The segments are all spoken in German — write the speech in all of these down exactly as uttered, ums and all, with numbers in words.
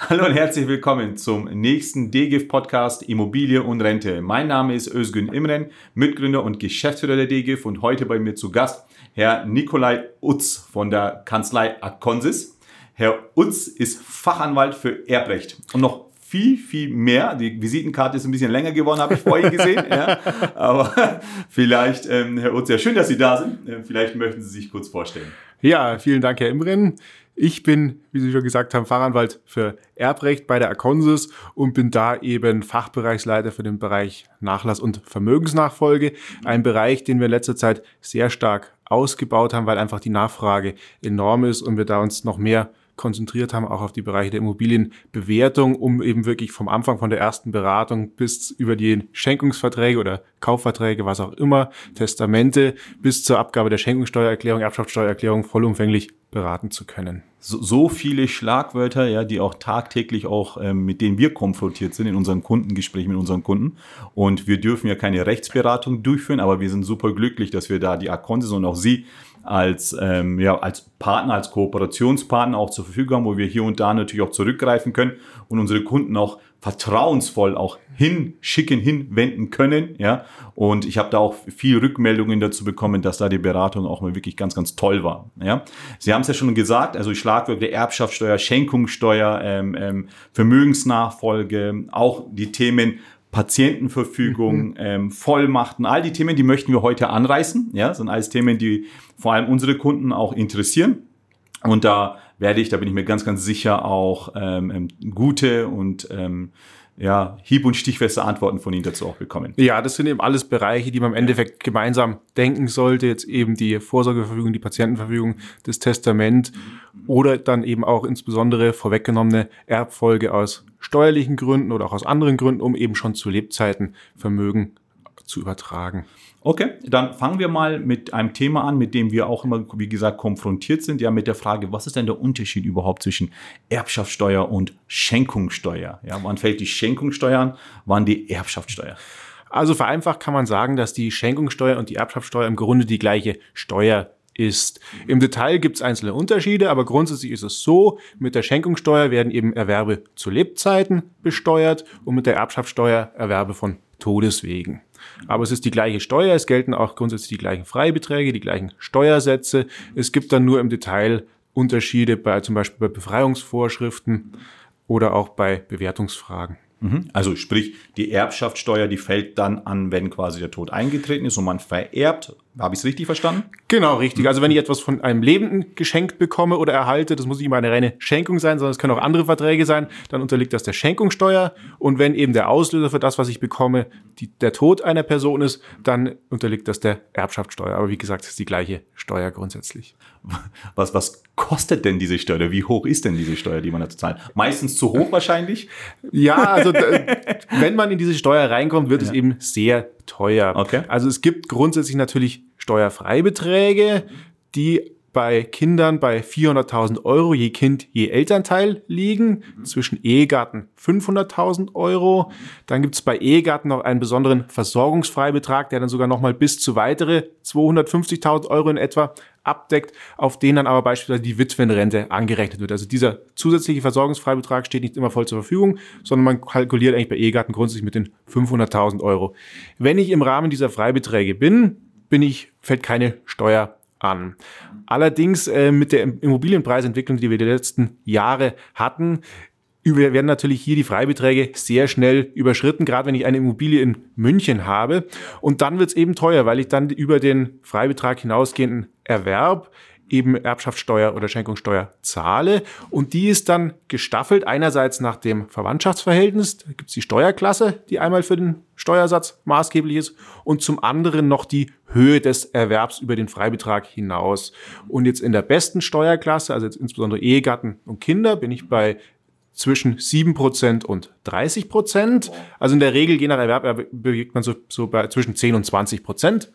Hallo und herzlich willkommen zum nächsten D G I F-Podcast Immobilie und Rente. Mein Name ist Özgün Imren, Mitgründer und Geschäftsführer der D G I F und heute bei mir zu Gast Herr Nikolai Utz von der Kanzlei Aconsys. Herr Utz ist Fachanwalt für Erbrecht und noch viel, viel mehr. Die Visitenkarte ist ein bisschen länger geworden, habe ich vorhin gesehen. Ja. Aber vielleicht, ähm, Herr Utz, ja, schön, dass Sie da sind. Äh, vielleicht möchten Sie sich kurz vorstellen. Ja, vielen Dank, Herr Imren. Ich bin, wie Sie schon gesagt haben, Fachanwalt für Erbrecht bei der Aconsys und bin da eben Fachbereichsleiter für den Bereich Nachlass- und Vermögensnachfolge. Ein Bereich, den wir in letzter Zeit sehr stark ausgebaut haben, weil einfach die Nachfrage enorm ist und wir da uns noch mehr konzentriert haben, auch auf die Bereiche der Immobilienbewertung, um eben wirklich vom Anfang von der ersten Beratung bis über die Schenkungsverträge oder Kaufverträge, was auch immer, Testamente, bis zur Abgabe der Schenkungssteuererklärung, Erbschaftssteuererklärung vollumfänglich beraten zu können. So, so viele Schlagwörter, ja, die auch tagtäglich auch, ähm, mit denen wir konfrontiert sind in unseren Kundengesprächen mit unseren Kunden. Und wir dürfen ja keine Rechtsberatung durchführen, aber wir sind super glücklich, dass wir da die Aconsys und auch Sie als, ähm, ja, als Partner, als Kooperationspartner auch zur Verfügung haben, wo wir hier und da natürlich auch zurückgreifen können und unsere Kunden auch vertrauensvoll auch hinschicken, hinwenden können, ja. Und ich habe da auch viel Rückmeldungen dazu bekommen, dass da die Beratung auch mal wirklich ganz, ganz toll war, ja. Sie haben es ja schon gesagt, also Schlagwörter Erbschaftssteuer, Schenkungssteuer, ähm, ähm, Vermögensnachfolge, auch die Themen Patientenverfügung, mhm. ähm, Vollmachten, all die Themen, die möchten wir heute anreißen, ja. Das sind alles Themen, die vor allem unsere Kunden auch interessieren. Und da werde ich, da bin ich mir ganz, ganz sicher, auch ähm, gute und ähm, ja, hieb- und stichfeste Antworten von Ihnen dazu auch bekommen. Ja, das sind eben alles Bereiche, die man im Endeffekt gemeinsam denken sollte. Jetzt eben die Vorsorgeverfügung, die Patientenverfügung, das Testament oder dann eben auch insbesondere vorweggenommene Erbfolge aus steuerlichen Gründen oder auch aus anderen Gründen, um eben schon zu Lebzeiten Vermögen zu übertragen. Okay, dann fangen wir mal mit einem Thema an, mit dem wir auch immer, wie gesagt, konfrontiert sind, ja, mit der Frage, was ist denn der Unterschied überhaupt zwischen Erbschaftssteuer und Schenkungssteuer? Ja, wann fällt die Schenkungssteuer an, wann die Erbschaftssteuer? Also vereinfacht kann man sagen, dass die Schenkungssteuer und die Erbschaftssteuer im Grunde die gleiche Steuer ist. Im Detail gibt es einzelne Unterschiede, aber grundsätzlich ist es so, mit der Schenkungssteuer werden eben Erwerbe zu Lebzeiten besteuert und mit der Erbschaftssteuer Erwerbe von Todeswegen. Aber es ist die gleiche Steuer, es gelten auch grundsätzlich die gleichen Freibeträge, die gleichen Steuersätze. Es gibt dann nur im Detail Unterschiede bei zum Beispiel bei Befreiungsvorschriften oder auch bei Bewertungsfragen. Also sprich, die Erbschaftssteuer, die fällt dann an, wenn quasi der Tod eingetreten ist und man vererbt. Habe ich es richtig verstanden? Genau, richtig. Also wenn ich etwas von einem Lebenden geschenkt bekomme oder erhalte, das muss nicht immer eine reine Schenkung sein, sondern es können auch andere Verträge sein, dann unterliegt das der Schenkungssteuer. Und wenn eben der Auslöser für das, was ich bekomme, die, der Tod einer Person ist, dann unterliegt das der Erbschaftssteuer. Aber wie gesagt, es ist die gleiche Steuer grundsätzlich. Was, was kostet denn diese Steuer? Wie hoch ist denn diese Steuer, die man da zu zahlen? Meistens zu hoch wahrscheinlich? Ja, also wenn man in diese Steuer reinkommt, wird ja. es eben sehr teuer. Okay. Also es gibt grundsätzlich natürlich Steuerfreibeträge, die bei Kindern bei vierhunderttausend Euro je Kind, je Elternteil liegen, zwischen Ehegatten fünfhunderttausend Euro. Dann gibt es bei Ehegatten noch einen besonderen Versorgungsfreibetrag, der dann sogar nochmal bis zu weitere zweihundertfünfzigtausend Euro in etwa abdeckt, auf den dann aber beispielsweise die Witwenrente angerechnet wird. Also dieser zusätzliche Versorgungsfreibetrag steht nicht immer voll zur Verfügung, sondern man kalkuliert eigentlich bei Ehegatten grundsätzlich mit den fünfhunderttausend Euro. Wenn ich im Rahmen dieser Freibeträge bin, bin ich, fällt keine Steuer an. Allerdings äh, mit der Immobilienpreisentwicklung, die wir die letzten Jahre hatten, über, werden natürlich hier die Freibeträge sehr schnell überschritten, gerade wenn ich eine Immobilie in München habe. Und dann wird es eben teuer, weil ich dann über den Freibetrag hinausgehenden Erwerb eben Erbschaftssteuer oder Schenkungssteuer zahle. Und die ist dann gestaffelt, einerseits nach dem Verwandtschaftsverhältnis, da gibt es die Steuerklasse, die einmal für den Steuersatz maßgeblich ist, und zum anderen noch die Höhe des Erwerbs über den Freibetrag hinaus. Und jetzt in der besten Steuerklasse, also jetzt insbesondere Ehegatten und Kinder, bin ich bei zwischen sieben Prozent und dreißig Prozent. Also in der Regel, je nach Erwerb, bewegt man so, so bei zwischen zehn und zwanzig Prozent.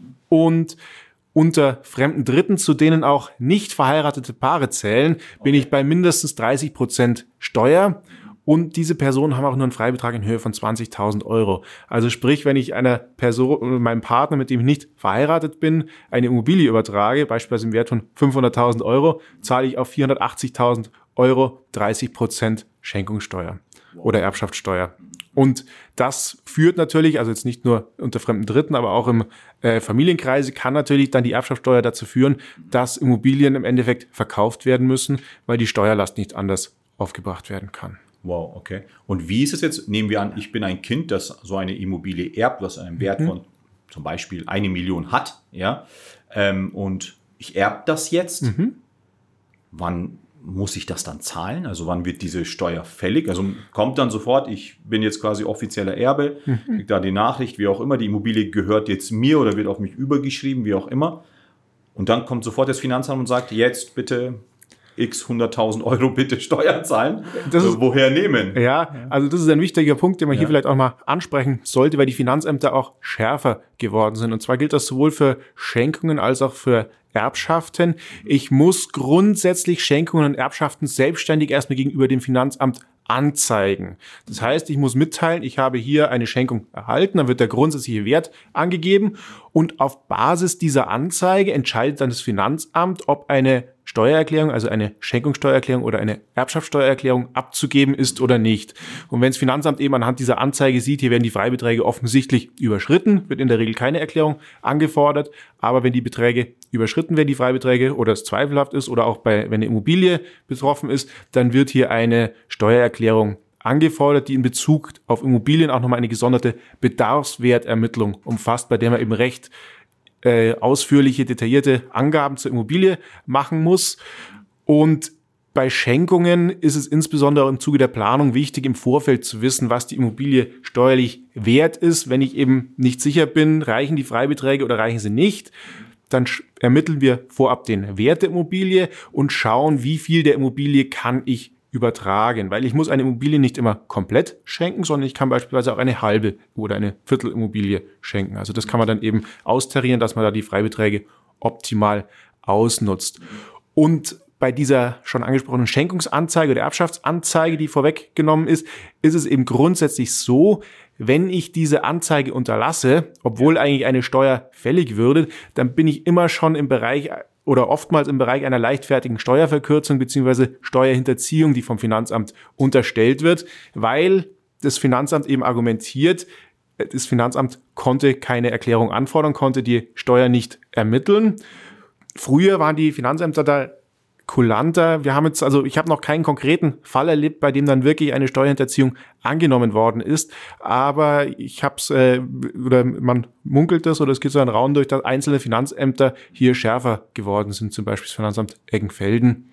Und unter fremden Dritten, zu denen auch nicht verheiratete Paare zählen, bin ich bei mindestens dreißig Prozent Steuer. Und diese Personen haben auch nur einen Freibetrag in Höhe von zwanzigtausend Euro. Also sprich, wenn ich einer Person, meinem Partner, mit dem ich nicht verheiratet bin, eine Immobilie übertrage, beispielsweise im Wert von fünfhunderttausend Euro, zahle ich auf vierhundertachtzigtausend Euro dreißig Prozent Schenkungssteuer oder Erbschaftssteuer. Und das führt natürlich, also jetzt nicht nur unter fremden Dritten, aber auch im äh, Familienkreise, kann natürlich dann die Erbschaftssteuer dazu führen, dass Immobilien im Endeffekt verkauft werden müssen, weil die Steuerlast nicht anders aufgebracht werden kann. Wow, okay. Und wie ist es jetzt? Nehmen wir an, ich bin ein Kind, das so eine Immobilie erbt, was einen Wert mhm. von zum Beispiel eine Million hat, ja, ähm, und ich erbe das jetzt. Mhm. Wann muss ich das dann zahlen? Also wann wird diese Steuer fällig? Also kommt dann sofort, ich bin jetzt quasi offizieller Erbe, mhm. kriege da die Nachricht, wie auch immer, die Immobilie gehört jetzt mir oder wird auf mich übergeschrieben, wie auch immer. Und dann kommt sofort das Finanzamt und sagt, jetzt bitte x hunderttausend Euro bitte Steuern zahlen. Das ist, woher nehmen? Ja, also das ist ein wichtiger Punkt, den man ja. hier vielleicht auch mal ansprechen sollte, weil die Finanzämter auch schärfer geworden sind. Und zwar gilt das sowohl für Schenkungen als auch für Erbschaften. Ich muss grundsätzlich Schenkungen und Erbschaften selbstständig erstmal gegenüber dem Finanzamt anzeigen. Das heißt, ich muss mitteilen, ich habe hier eine Schenkung erhalten, dann wird der grundsätzliche Wert angegeben und auf Basis dieser Anzeige entscheidet dann das Finanzamt, ob eine Steuererklärung, also eine Schenkungssteuererklärung oder eine Erbschaftssteuererklärung abzugeben ist oder nicht. Und wenn das Finanzamt eben anhand dieser Anzeige sieht, hier werden die Freibeträge offensichtlich überschritten, wird in der Regel keine Erklärung angefordert. Aber wenn die Beträge überschritten werden, die Freibeträge, oder es zweifelhaft ist oder auch bei, wenn eine Immobilie betroffen ist, dann wird hier eine Steuererklärung angefordert, die in Bezug auf Immobilien auch nochmal eine gesonderte Bedarfswertermittlung umfasst, bei der man eben recht äh, ausführliche, detaillierte Angaben zur Immobilie machen muss. Und bei Schenkungen ist es insbesondere im Zuge der Planung wichtig, im Vorfeld zu wissen, was die Immobilie steuerlich wert ist. Wenn ich eben nicht sicher bin, reichen die Freibeträge oder reichen sie nicht, dann ermitteln wir vorab den Wert der Immobilie und schauen, wie viel der Immobilie kann ich übertragen. Weil ich muss eine Immobilie nicht immer komplett schenken, sondern ich kann beispielsweise auch eine halbe oder eine Viertelimmobilie schenken. Also das kann man dann eben austarieren, dass man da die Freibeträge optimal ausnutzt. Und bei dieser schon angesprochenen Schenkungsanzeige oder Erbschaftsanzeige, die vorweggenommen ist, ist es eben grundsätzlich so, wenn ich diese Anzeige unterlasse, obwohl eigentlich eine Steuer fällig würde, dann bin ich immer schon im Bereich oder oftmals im Bereich einer leichtfertigen Steuerverkürzung bzw. Steuerhinterziehung, die vom Finanzamt unterstellt wird, weil das Finanzamt eben argumentiert, das Finanzamt konnte keine Erklärung anfordern, konnte die Steuer nicht ermitteln. Früher waren die Finanzämter da kulanter. Wir haben jetzt, also ich habe noch keinen konkreten Fall erlebt, bei dem dann wirklich eine Steuerhinterziehung angenommen worden ist. Aber ich habe es, äh, oder man munkelt das, oder es geht so ein Raum durch, dass einzelne Finanzämter hier schärfer geworden sind, zum Beispiel das Finanzamt Eggenfelden.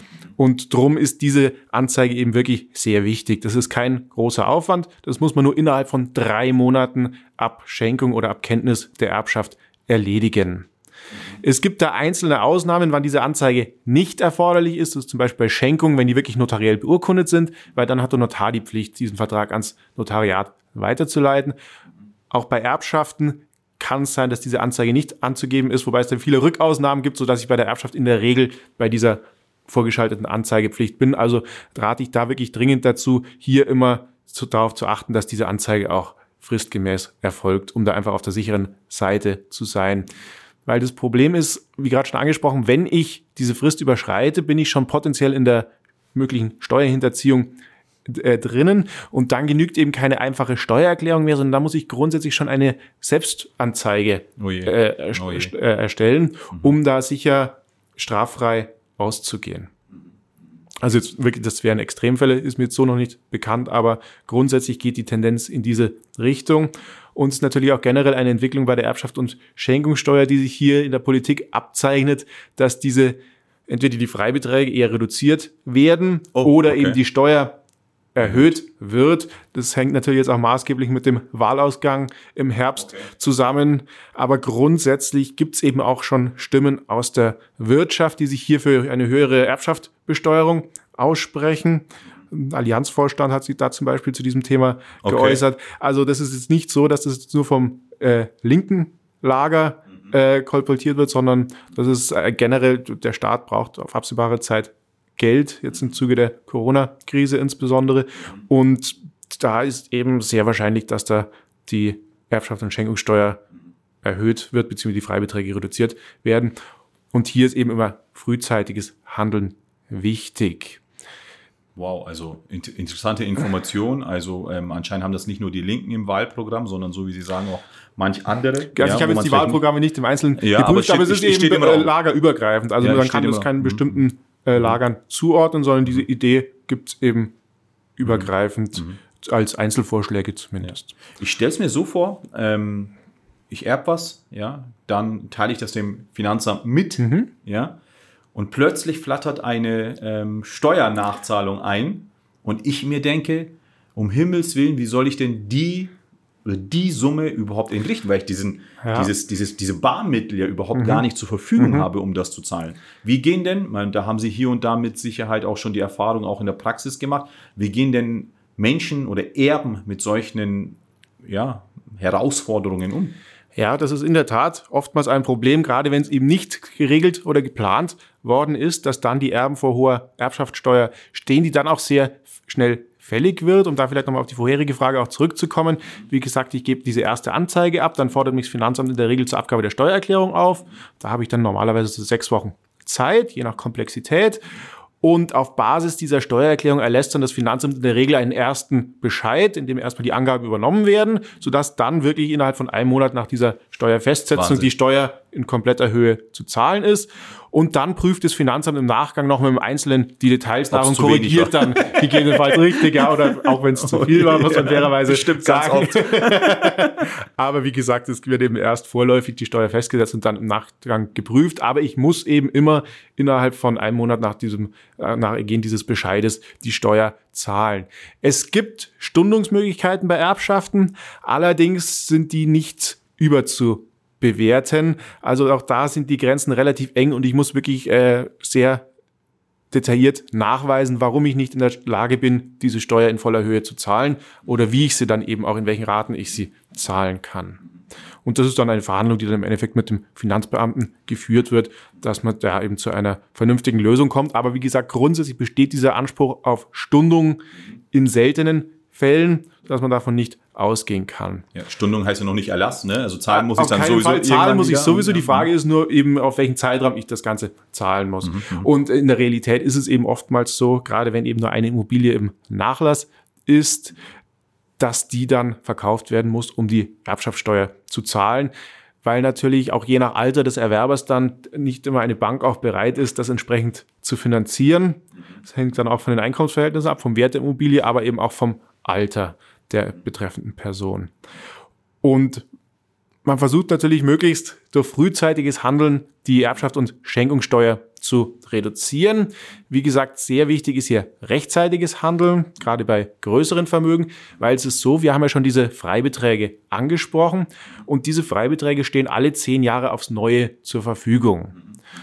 Und drum ist diese Anzeige eben wirklich sehr wichtig. Das ist kein großer Aufwand. Das muss man nur innerhalb von drei Monaten ab Schenkung oder ab Kenntnis der Erbschaft erledigen. Es gibt da einzelne Ausnahmen, wann diese Anzeige nicht erforderlich ist. Das ist zum Beispiel bei Schenkungen, wenn die wirklich notariell beurkundet sind, weil dann hat der Notar die Pflicht, diesen Vertrag ans Notariat weiterzuleiten. Auch bei Erbschaften kann es sein, dass diese Anzeige nicht anzugeben ist, wobei es dann viele Rückausnahmen gibt, sodass ich bei der Erbschaft in der Regel bei dieser vorgeschalteten Anzeigepflicht bin. Also rate ich da wirklich dringend dazu, hier immer zu, darauf zu achten, dass diese Anzeige auch fristgemäß erfolgt, um da einfach auf der sicheren Seite zu sein. Weil das Problem ist, wie gerade schon angesprochen, wenn ich diese Frist überschreite, bin ich schon potenziell in der möglichen Steuerhinterziehung äh, drinnen und dann genügt eben keine einfache Steuererklärung mehr, sondern da muss ich grundsätzlich schon eine Selbstanzeige oh äh, oh äh, erstellen, um mhm. da sicher straffrei auszugehen. Also jetzt wirklich, das wären Extremfälle, ist mir jetzt so noch nicht bekannt, aber grundsätzlich geht die Tendenz in diese Richtung. Und es ist natürlich auch generell eine Entwicklung bei der Erbschaft und Schenkungssteuer, die sich hier in der Politik abzeichnet, dass diese entweder die Freibeträge eher reduziert werden oh, oder okay. eben die Steuer erhöht wird. Das hängt natürlich jetzt auch maßgeblich mit dem Wahlausgang im Herbst okay. zusammen. Aber grundsätzlich gibt es eben auch schon Stimmen aus der Wirtschaft, die sich hier für eine höhere Erbschaftsbesteuerung aussprechen. Ein Allianzvorstand hat sich da zum Beispiel zu diesem Thema okay. geäußert. Also das ist jetzt nicht so, dass das jetzt nur vom äh, linken Lager äh, kolportiert wird, sondern das ist äh, generell, der Staat braucht auf absehbare Zeit Geld, jetzt im Zuge der Corona-Krise insbesondere. Und da ist eben sehr wahrscheinlich, dass da die Erbschafts- und Schenkungssteuer erhöht wird, beziehungsweise die Freibeträge reduziert werden. Und hier ist eben immer frühzeitiges Handeln wichtig. Wow, also int- interessante Information. Also ähm, anscheinend haben das nicht nur die Linken im Wahlprogramm, sondern so wie Sie sagen auch manch andere. Also ja, ich habe jetzt die Wahlprogramme nicht im Einzelnen ja, geprüft, aber, aber es ist eben äh, lagerübergreifend. Also ja, man kann das keinen bestimmten äh, Lagern zuordnen, sondern diese Idee gibt es eben übergreifend mhm. als Einzelvorschläge zumindest. Ja. Ich stelle es mir so vor, ähm, ich erbe was, ja, dann teile ich das dem Finanzamt mit, mhm. ja, und plötzlich flattert eine ähm, Steuernachzahlung ein und ich mir denke, um Himmels Willen, wie soll ich denn die oder die Summe überhaupt entrichten, weil ich diesen, ja. dieses, dieses, diese Barmittel ja überhaupt mhm. gar nicht zur Verfügung mhm. habe, um das zu zahlen. Wie gehen denn, man, da haben Sie hier und da mit Sicherheit auch schon die Erfahrung auch in der Praxis gemacht, wie gehen denn Menschen oder Erben mit solchen ja, Herausforderungen um? Ja, das ist in der Tat oftmals ein Problem, gerade wenn es eben nicht geregelt oder geplant worden ist, dass dann die Erben vor hoher Erbschaftssteuer stehen, die dann auch sehr schnell fällig wird. Um da vielleicht nochmal auf die vorherige Frage auch zurückzukommen. Wie gesagt, ich gebe diese erste Anzeige ab, dann fordert mich das Finanzamt in der Regel zur Abgabe der Steuererklärung auf. Da habe ich dann normalerweise so sechs Wochen Zeit, je nach Komplexität. Und auf Basis dieser Steuererklärung erlässt dann das Finanzamt in der Regel einen ersten Bescheid, in dem erstmal die Angaben übernommen werden, sodass dann wirklich innerhalb von einem Monat nach dieser Steuerfestsetzung Wahnsinn. Die Steuer in kompletter Höhe zu zahlen ist. Und dann prüft das Finanzamt im Nachgang noch mit dem Einzelnen die Details nach und korrigiert dann gegebenenfalls richtig, ja, oder auch wenn es zu viel war, muss man fairerweise Stimmt, sagen. Ganz oft. Aber wie gesagt, es wird eben erst vorläufig die Steuer festgesetzt und dann im Nachgang geprüft. Aber ich muss eben immer innerhalb von einem Monat nach diesem, äh, nach Ergehen dieses Bescheides die Steuer zahlen. Es gibt Stundungsmöglichkeiten bei Erbschaften, allerdings sind die nicht überzu bewerten. Also auch da sind die Grenzen relativ eng und ich muss wirklich äh, sehr detailliert nachweisen, warum ich nicht in der Lage bin, diese Steuer in voller Höhe zu zahlen oder wie ich sie dann eben auch, in welchen Raten ich sie zahlen kann. Und das ist dann eine Verhandlung, die dann im Endeffekt mit dem Finanzbeamten geführt wird, dass man da eben zu einer vernünftigen Lösung kommt. Aber wie gesagt, grundsätzlich besteht dieser Anspruch auf Stundung in seltenen Fällen, dass man davon nicht ausgehen kann. Ja, Stundung heißt ja noch nicht Erlass, ne? Also zahlen muss ich dann sowieso. Fall. Zahlen muss ich sowieso. Die Frage ist nur eben, auf welchen Zeitraum ich das Ganze zahlen muss. Mhm, und in der Realität ist es eben oftmals so, gerade wenn eben nur eine Immobilie im Nachlass ist, dass die dann verkauft werden muss, um die Erbschaftssteuer zu zahlen, weil natürlich auch je nach Alter des Erwerbers dann nicht immer eine Bank auch bereit ist, das entsprechend zu finanzieren. Das hängt dann auch von den Einkommensverhältnissen ab, vom Wert der Immobilie, aber eben auch vom Alter der betreffenden Person. Und man versucht natürlich möglichst durch frühzeitiges Handeln die Erbschaft- und Schenkungssteuer zu reduzieren. Wie gesagt, sehr wichtig ist hier rechtzeitiges Handeln, gerade bei größeren Vermögen, weil es ist so, wir haben ja schon diese Freibeträge angesprochen und diese Freibeträge stehen alle zehn Jahre aufs Neue zur Verfügung.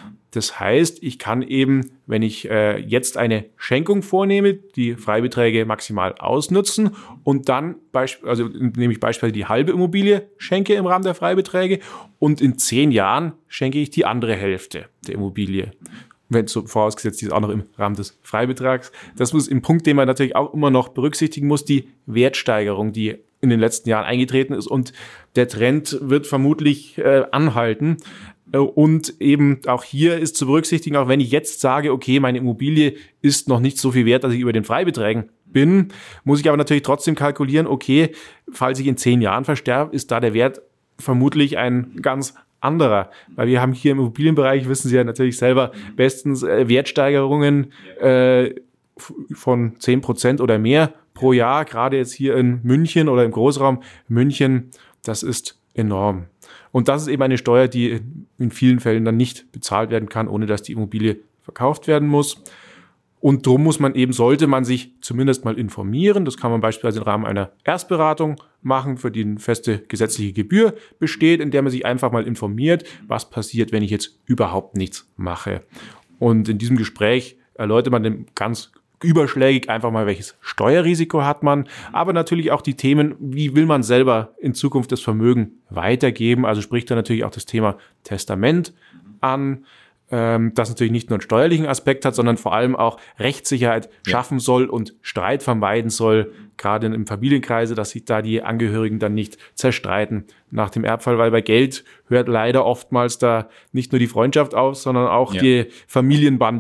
Das heißt, ich kann eben, wenn ich äh, jetzt eine Schenkung vornehme, die Freibeträge maximal ausnutzen und dann, beisp- also nehme ich beispielsweise die halbe Immobilie, schenke im Rahmen der Freibeträge und in zehn Jahren schenke ich die andere Hälfte der Immobilie. Wenn so vorausgesetzt, die ist auch noch im Rahmen des Freibetrags. Das muss im Punkt, den man natürlich auch immer noch berücksichtigen muss, die Wertsteigerung, die in den letzten Jahren eingetreten ist und der Trend wird vermutlich äh, anhalten. Und eben auch hier ist zu berücksichtigen, auch wenn ich jetzt sage, okay, meine Immobilie ist noch nicht so viel wert, dass ich über den Freibeträgen bin, muss ich aber natürlich trotzdem kalkulieren, okay, falls ich in zehn Jahren versterbe, ist da der Wert vermutlich ein ganz anderer. Weil wir haben hier im Immobilienbereich, wissen Sie ja natürlich selber, bestens äh, Wertsteigerungen äh, von zehn Prozent oder mehr pro Jahr, gerade jetzt hier in München oder im Großraum München, das ist enorm. Und das ist eben eine Steuer, die in vielen Fällen dann nicht bezahlt werden kann, ohne dass die Immobilie verkauft werden muss. Und darum muss man eben, sollte man sich zumindest mal informieren. Das kann man beispielsweise im Rahmen einer Erstberatung machen, für die eine feste gesetzliche Gebühr besteht, in der man sich einfach mal informiert, was passiert, wenn ich jetzt überhaupt nichts mache. Und in diesem Gespräch erläutert man dann ganz überschlägig einfach mal, welches Steuerrisiko hat man, aber natürlich auch die Themen, wie will man selber in Zukunft das Vermögen weitergeben, also spricht da natürlich auch das Thema Testament an, ähm, das natürlich nicht nur einen steuerlichen Aspekt hat, sondern vor allem auch Rechtssicherheit ja. schaffen soll und Streit vermeiden soll, gerade im Familienkreise, dass sich da die Angehörigen dann nicht zerstreiten nach dem Erbfall, weil bei Geld hört leider oftmals da nicht nur die Freundschaft auf, sondern auch ja. die Familienbande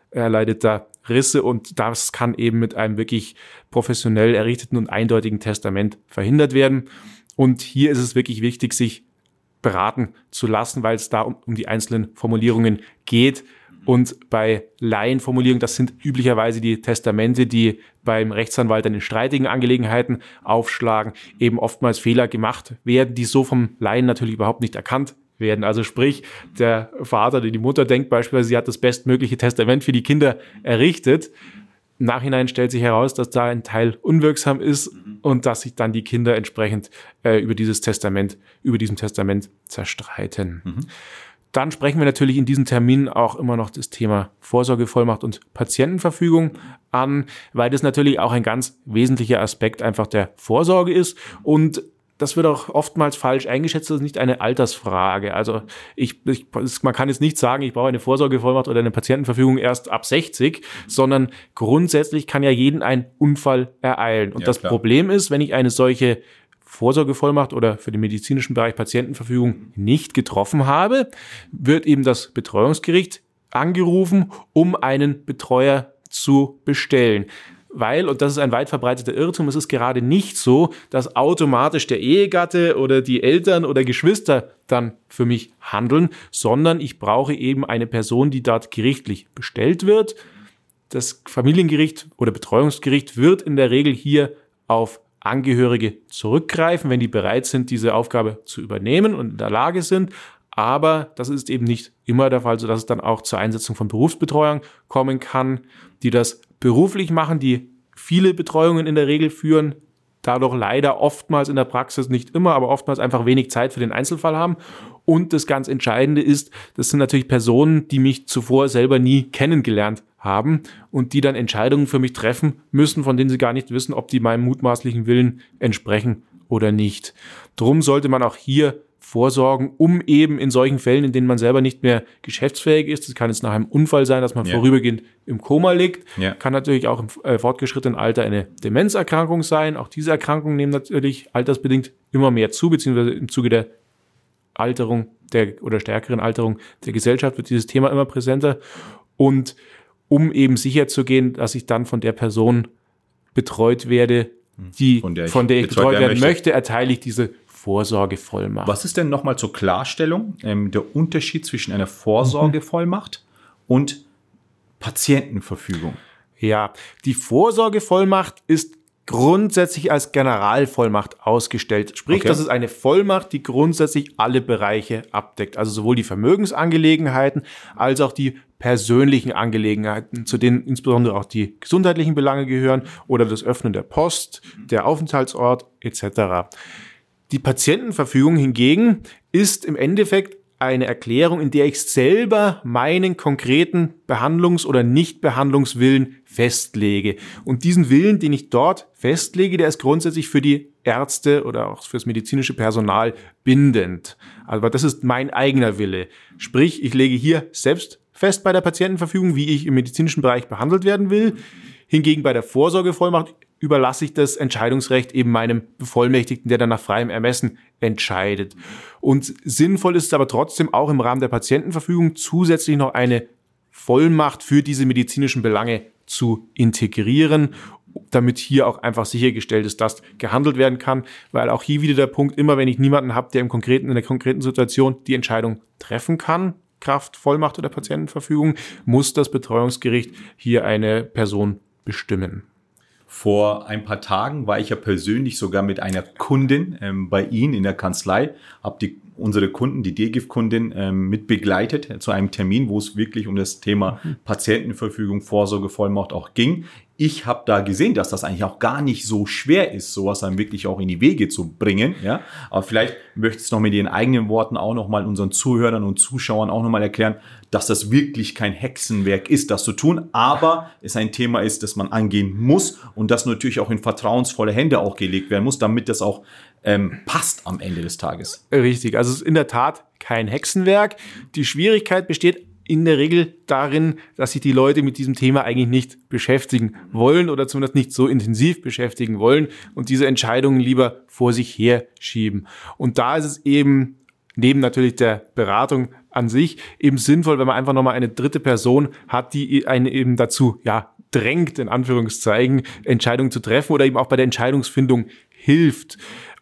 erleidet da Risse und das kann eben mit einem wirklich professionell errichteten und eindeutigen Testament verhindert werden. Und hier ist es wirklich wichtig, sich beraten zu lassen, weil es da um, um die einzelnen Formulierungen geht. Und bei Laienformulierungen, das sind üblicherweise die Testamente, die beim Rechtsanwalt in den streitigen Angelegenheiten aufschlagen, eben oftmals Fehler gemacht werden, die so vom Laien natürlich überhaupt nicht erkannt werden. Also sprich, der Vater oder die Mutter denkt beispielsweise, sie hat das bestmögliche Testament für die Kinder errichtet. Im Nachhinein stellt sich heraus, dass da ein Teil unwirksam ist und dass sich dann die Kinder entsprechend äh, über dieses Testament, über diesem Testament zerstreiten. Mhm. Dann sprechen wir natürlich in diesen Terminen auch immer noch das Thema Vorsorgevollmacht und Patientenverfügung an, weil das natürlich auch ein ganz wesentlicher Aspekt einfach der Vorsorge ist und das wird auch oftmals falsch eingeschätzt, das ist nicht eine Altersfrage. Also ich, ich, man kann jetzt nicht sagen, ich brauche eine Vorsorgevollmacht oder eine Patientenverfügung erst ab sechzig, sondern grundsätzlich kann ja jeden ein Unfall ereilen. Und ja, das klar. Problem ist, wenn ich eine solche Vorsorgevollmacht oder für den medizinischen Bereich Patientenverfügung nicht getroffen habe, wird eben das Betreuungsgericht angerufen, um einen Betreuer zu bestellen. Weil, und das ist ein weit verbreiteter Irrtum, es ist gerade nicht so, dass automatisch der Ehegatte oder die Eltern oder Geschwister dann für mich handeln, sondern ich brauche eben eine Person, die dort gerichtlich bestellt wird. Das Familiengericht oder Betreuungsgericht wird in der Regel hier auf Angehörige zurückgreifen, wenn die bereit sind, diese Aufgabe zu übernehmen und in der Lage sind. Aber das ist eben nicht immer der Fall, sodass es dann auch zur Einsetzung von Berufsbetreuern kommen kann, die das beruflich machen, die viele Betreuungen in der Regel führen, dadurch leider oftmals in der Praxis, nicht immer, aber oftmals einfach wenig Zeit für den Einzelfall haben. Und das ganz Entscheidende ist, das sind natürlich Personen, die mich zuvor selber nie kennengelernt haben und die dann Entscheidungen für mich treffen müssen, von denen sie gar nicht wissen, ob die meinem mutmaßlichen Willen entsprechen oder nicht. Drum sollte man auch hier vorsorgen, um eben in solchen Fällen, in denen man selber nicht mehr geschäftsfähig ist, das kann jetzt nach einem Unfall sein, dass man ja. vorübergehend im Koma liegt, ja. kann natürlich auch im äh, fortgeschrittenen Alter eine Demenzerkrankung sein. Auch diese Erkrankungen nehmen natürlich altersbedingt immer mehr zu, beziehungsweise im Zuge der Alterung der oder stärkeren Alterung der Gesellschaft wird dieses Thema immer präsenter. Und um eben sicherzugehen, dass ich dann von der Person betreut werde, die, von der ich, von der ich betreut, betreut werden möchte, möchte, erteile ich diese Vorsorgevollmacht. Was ist denn nochmal zur Klarstellung ähm, der Unterschied zwischen einer Vorsorgevollmacht mhm. und Patientenverfügung? Ja, die Vorsorgevollmacht ist grundsätzlich als Generalvollmacht ausgestellt. Sprich, okay. das ist eine Vollmacht, die grundsätzlich alle Bereiche abdeckt. Also sowohl die Vermögensangelegenheiten als auch die persönlichen Angelegenheiten, zu denen insbesondere auch die gesundheitlichen Belange gehören oder das Öffnen der Post, der Aufenthaltsort et cetera. Die Patientenverfügung hingegen ist im Endeffekt eine Erklärung, in der ich selber meinen konkreten Behandlungs- oder Nichtbehandlungswillen festlege. Und diesen Willen, den ich dort festlege, der ist grundsätzlich für die Ärzte oder auch fürs medizinische Personal bindend. Aber das ist mein eigener Wille. Sprich, ich lege hier selbst fest bei der Patientenverfügung, wie ich im medizinischen Bereich behandelt werden will. Hingegen bei der Vorsorgevollmacht überlasse ich das Entscheidungsrecht eben meinem Bevollmächtigten, der dann nach freiem Ermessen entscheidet. Und sinnvoll ist es aber trotzdem auch im Rahmen der Patientenverfügung zusätzlich noch eine Vollmacht für diese medizinischen Belange zu integrieren, damit hier auch einfach sichergestellt ist, dass gehandelt werden kann, weil auch hier wieder der Punkt, immer wenn ich niemanden habe, der im konkreten, in der konkreten Situation die Entscheidung treffen kann, Kraft Vollmacht oder Patientenverfügung, muss das Betreuungsgericht hier eine Person bestimmen. Vor ein paar Tagen war ich ja persönlich sogar mit einer Kundin ähm, bei Ihnen in der Kanzlei, habe die unsere Kunden, die D G I F-Kundin, ähm, mit begleitet äh, zu einem Termin, wo es wirklich um das Thema mhm. Patientenverfügung, Vorsorgevollmacht auch ging. Ich habe da gesehen, dass das eigentlich auch gar nicht so schwer ist, sowas dann wirklich auch in die Wege zu bringen. Ja? Aber vielleicht möchtest du noch mit Ihren eigenen Worten auch noch mal unseren Zuhörern und Zuschauern auch noch mal erklären, dass das wirklich kein Hexenwerk ist, das zu tun, aber es ein Thema ist, das man angehen muss und das natürlich auch in vertrauensvolle Hände auch gelegt werden muss, damit das auch ähm, passt am Ende des Tages. Richtig, also es ist in der Tat kein Hexenwerk. Die Schwierigkeit besteht in der Regel darin, dass sich die Leute mit diesem Thema eigentlich nicht beschäftigen wollen oder zumindest nicht so intensiv beschäftigen wollen und diese Entscheidungen lieber vor sich her schieben. Und da ist es eben neben natürlich der Beratung an sich eben sinnvoll, wenn man einfach nochmal eine dritte Person hat, die einen eben dazu, ja, drängt, in Anführungszeichen, Entscheidungen zu treffen oder eben auch bei der Entscheidungsfindung hilft.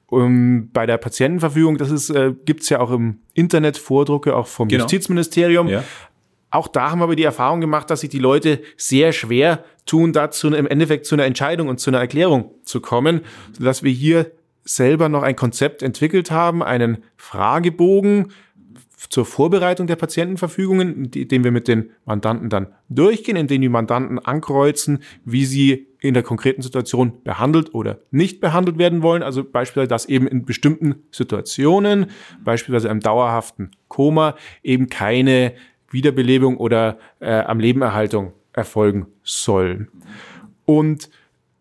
Um, bei der Patientenverfügung, das ist, äh, gibt's ja auch im Internet Vordrucke, auch vom genau. Justizministerium. Ja. Auch da haben wir aber die Erfahrung gemacht, dass sich die Leute sehr schwer tun, dazu im Endeffekt zu einer Entscheidung und zu einer Erklärung zu kommen, sodass wir hier selber noch ein Konzept entwickelt haben, einen Fragebogen zur Vorbereitung der Patientenverfügungen, den wir mit den Mandanten dann durchgehen, in dem die Mandanten ankreuzen, wie sie in der konkreten Situation behandelt oder nicht behandelt werden wollen. Also beispielsweise, dass eben in bestimmten Situationen, beispielsweise einem dauerhaften Koma, eben keine Wiederbelebung oder äh, am Lebenerhaltung erfolgen soll. Und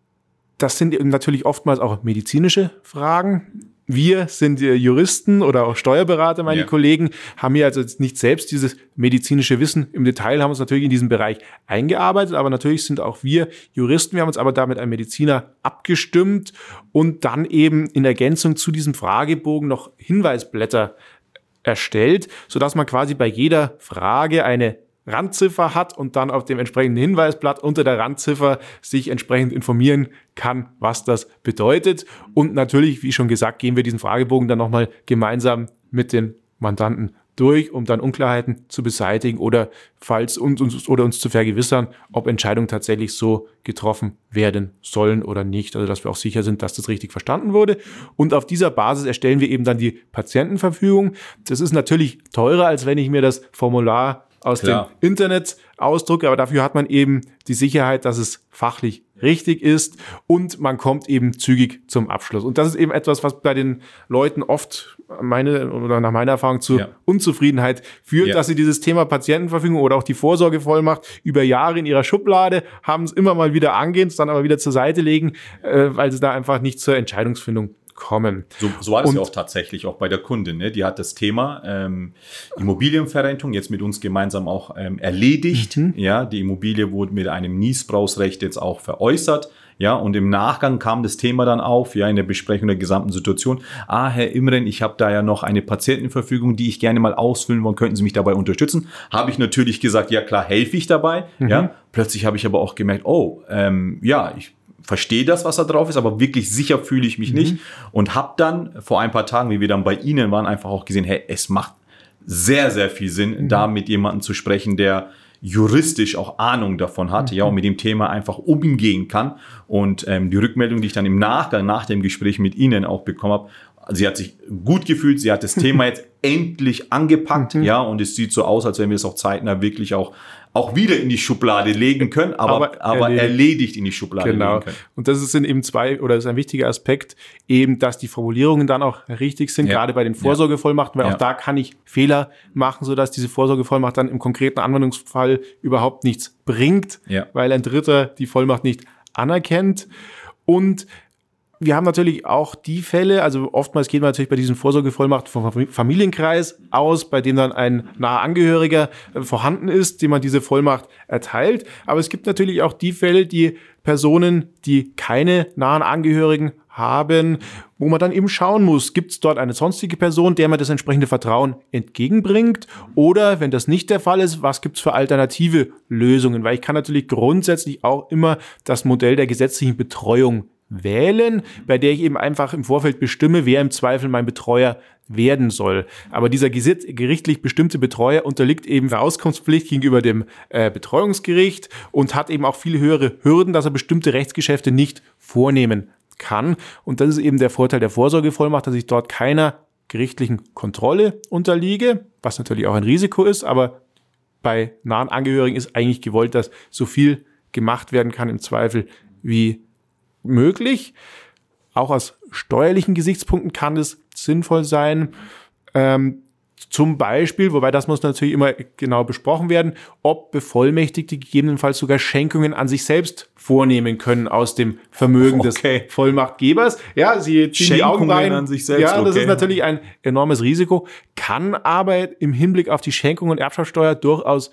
das sind eben natürlich oftmals auch medizinische Fragen. Wir sind Juristen oder auch Steuerberater, meine ja. Kollegen, haben hier also nicht selbst dieses medizinische Wissen im Detail, haben uns natürlich in diesem Bereich eingearbeitet, aber natürlich sind auch wir Juristen. Wir haben uns aber da mit einem Mediziner abgestimmt und dann eben in Ergänzung zu diesem Fragebogen noch Hinweisblätter erstellt, sodass man quasi bei jeder Frage eine Randziffer hat und dann auf dem entsprechenden Hinweisblatt unter der Randziffer sich entsprechend informieren kann, was das bedeutet. Und natürlich, wie schon gesagt, gehen wir diesen Fragebogen dann nochmal gemeinsam mit den Mandanten durch, um dann Unklarheiten zu beseitigen oder falls uns, uns oder uns zu vergewissern, ob Entscheidungen tatsächlich so getroffen werden sollen oder nicht. Also dass wir auch sicher sind, dass das richtig verstanden wurde. Und auf dieser Basis erstellen wir eben dann die Patientenverfügung. Das ist natürlich teurer, als wenn ich mir das Formular aus Klar. dem Internet ausdrucke, aber dafür hat man eben die Sicherheit, dass es fachlich richtig ist und man kommt eben zügig zum Abschluss. Und das ist eben etwas, was bei den Leuten oft meine oder nach meiner Erfahrung zu ja. Unzufriedenheit führt, ja. dass sie dieses Thema Patientenverfügung oder auch die Vorsorgevollmacht über Jahre in ihrer Schublade haben, es immer mal wieder angehen, es dann aber wieder zur Seite legen, äh, weil sie da einfach nicht zur Entscheidungsfindung kommen. So, so war das und, ja auch tatsächlich, auch bei der Kundin. Ne? Die hat das Thema ähm, Immobilienverrentung jetzt mit uns gemeinsam auch ähm, erledigt. Mhm. Ja, die Immobilie wurde mit einem Niesbrauchsrecht jetzt auch veräußert. Ja, und im Nachgang kam das Thema dann auf, ja, in der Besprechung der gesamten Situation. Ah, Herr Imren, ich habe da ja noch eine Patientenverfügung, die ich gerne mal ausfüllen wollen. Könnten Sie mich dabei unterstützen? Habe ich natürlich gesagt, ja klar, helfe ich dabei. Mhm. Ja, plötzlich habe ich aber auch gemerkt, oh, ähm, ja, ich verstehe das, was da drauf ist, aber wirklich sicher fühle ich mich mhm. nicht. Und habe dann vor ein paar Tagen, wie wir dann bei Ihnen waren, einfach auch gesehen, hey, es macht sehr, sehr viel Sinn, mhm. da mit jemandem zu sprechen, der juristisch auch Ahnung davon hat, mhm. ja, und mit dem Thema einfach umgehen kann. Und ähm, die Rückmeldung, die ich dann im Nachgang, nach dem Gespräch mit Ihnen auch bekommen habe, sie hat sich gut gefühlt, sie hat das Thema jetzt endlich angepackt, mhm. ja, und es sieht so aus, als wenn wir es auch zeitnah wirklich auch auch wieder in die Schublade legen können, aber, aber, aber erledigt. erledigt in die Schublade genau. legen können. Und das sind eben zwei, oder das ist ein wichtiger Aspekt, eben, dass die Formulierungen dann auch richtig sind, ja. gerade bei den Vorsorgevollmachten, weil ja. auch da kann ich Fehler machen, sodass diese Vorsorgevollmacht dann im konkreten Anwendungsfall überhaupt nichts bringt, ja. weil ein Dritter die Vollmacht nicht anerkennt. Und wir haben natürlich auch die Fälle, also oftmals geht man natürlich bei diesen Vorsorgevollmachten vom Familienkreis aus, bei dem dann ein naher Angehöriger vorhanden ist, dem man diese Vollmacht erteilt. Aber es gibt natürlich auch die Fälle, die Personen, die keine nahen Angehörigen haben, wo man dann eben schauen muss, gibt es dort eine sonstige Person, der man das entsprechende Vertrauen entgegenbringt? Oder wenn das nicht der Fall ist, was gibt es für alternative Lösungen? Weil ich kann natürlich grundsätzlich auch immer das Modell der gesetzlichen Betreuung wählen, bei der ich eben einfach im Vorfeld bestimme, wer im Zweifel mein Betreuer werden soll. Aber dieser gesetz- gerichtlich bestimmte Betreuer unterliegt eben der Auskunftspflicht gegenüber dem äh, Betreuungsgericht und hat eben auch viel höhere Hürden, dass er bestimmte Rechtsgeschäfte nicht vornehmen kann. Und das ist eben der Vorteil der Vorsorgevollmacht, dass ich dort keiner gerichtlichen Kontrolle unterliege, was natürlich auch ein Risiko ist, aber bei nahen Angehörigen ist eigentlich gewollt, dass so viel gemacht werden kann im Zweifel wie möglich. Auch aus steuerlichen Gesichtspunkten kann es sinnvoll sein. Ähm, zum Beispiel, wobei das muss natürlich immer genau besprochen werden, ob Bevollmächtigte gegebenenfalls sogar Schenkungen an sich selbst vornehmen können aus dem Vermögen okay. des Vollmachtgebers. Ja, sie ziehen die Augenbrauen an sich selbst. Ja, das okay. ist natürlich ein enormes Risiko, kann aber im Hinblick auf die Schenkung und Erbschaftssteuer durchaus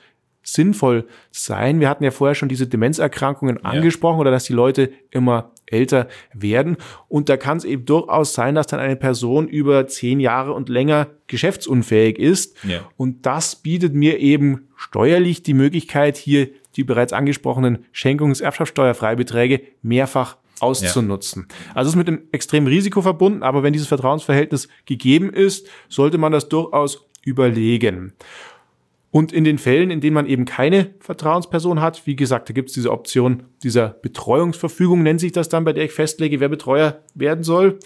sinnvoll sein. Wir hatten ja vorher schon diese Demenzerkrankungen ja. angesprochen oder dass die Leute immer älter werden. Und da kann es eben durchaus sein, dass dann eine Person über zehn Jahre und länger geschäftsunfähig ist. Ja. Und das bietet mir eben steuerlich die Möglichkeit, hier die bereits angesprochenen Schenkungs-, Erbschaftssteuerfreibeträge mehrfach auszunutzen. Ja. Also es ist mit einem extremen Risiko verbunden, aber wenn dieses Vertrauensverhältnis gegeben ist, sollte man das durchaus überlegen. Und in den Fällen, in denen man eben keine Vertrauensperson hat, wie gesagt, da gibt es diese Option dieser Betreuungsverfügung, nennt sich das dann, bei der ich festlege, wer Betreuer werden soll.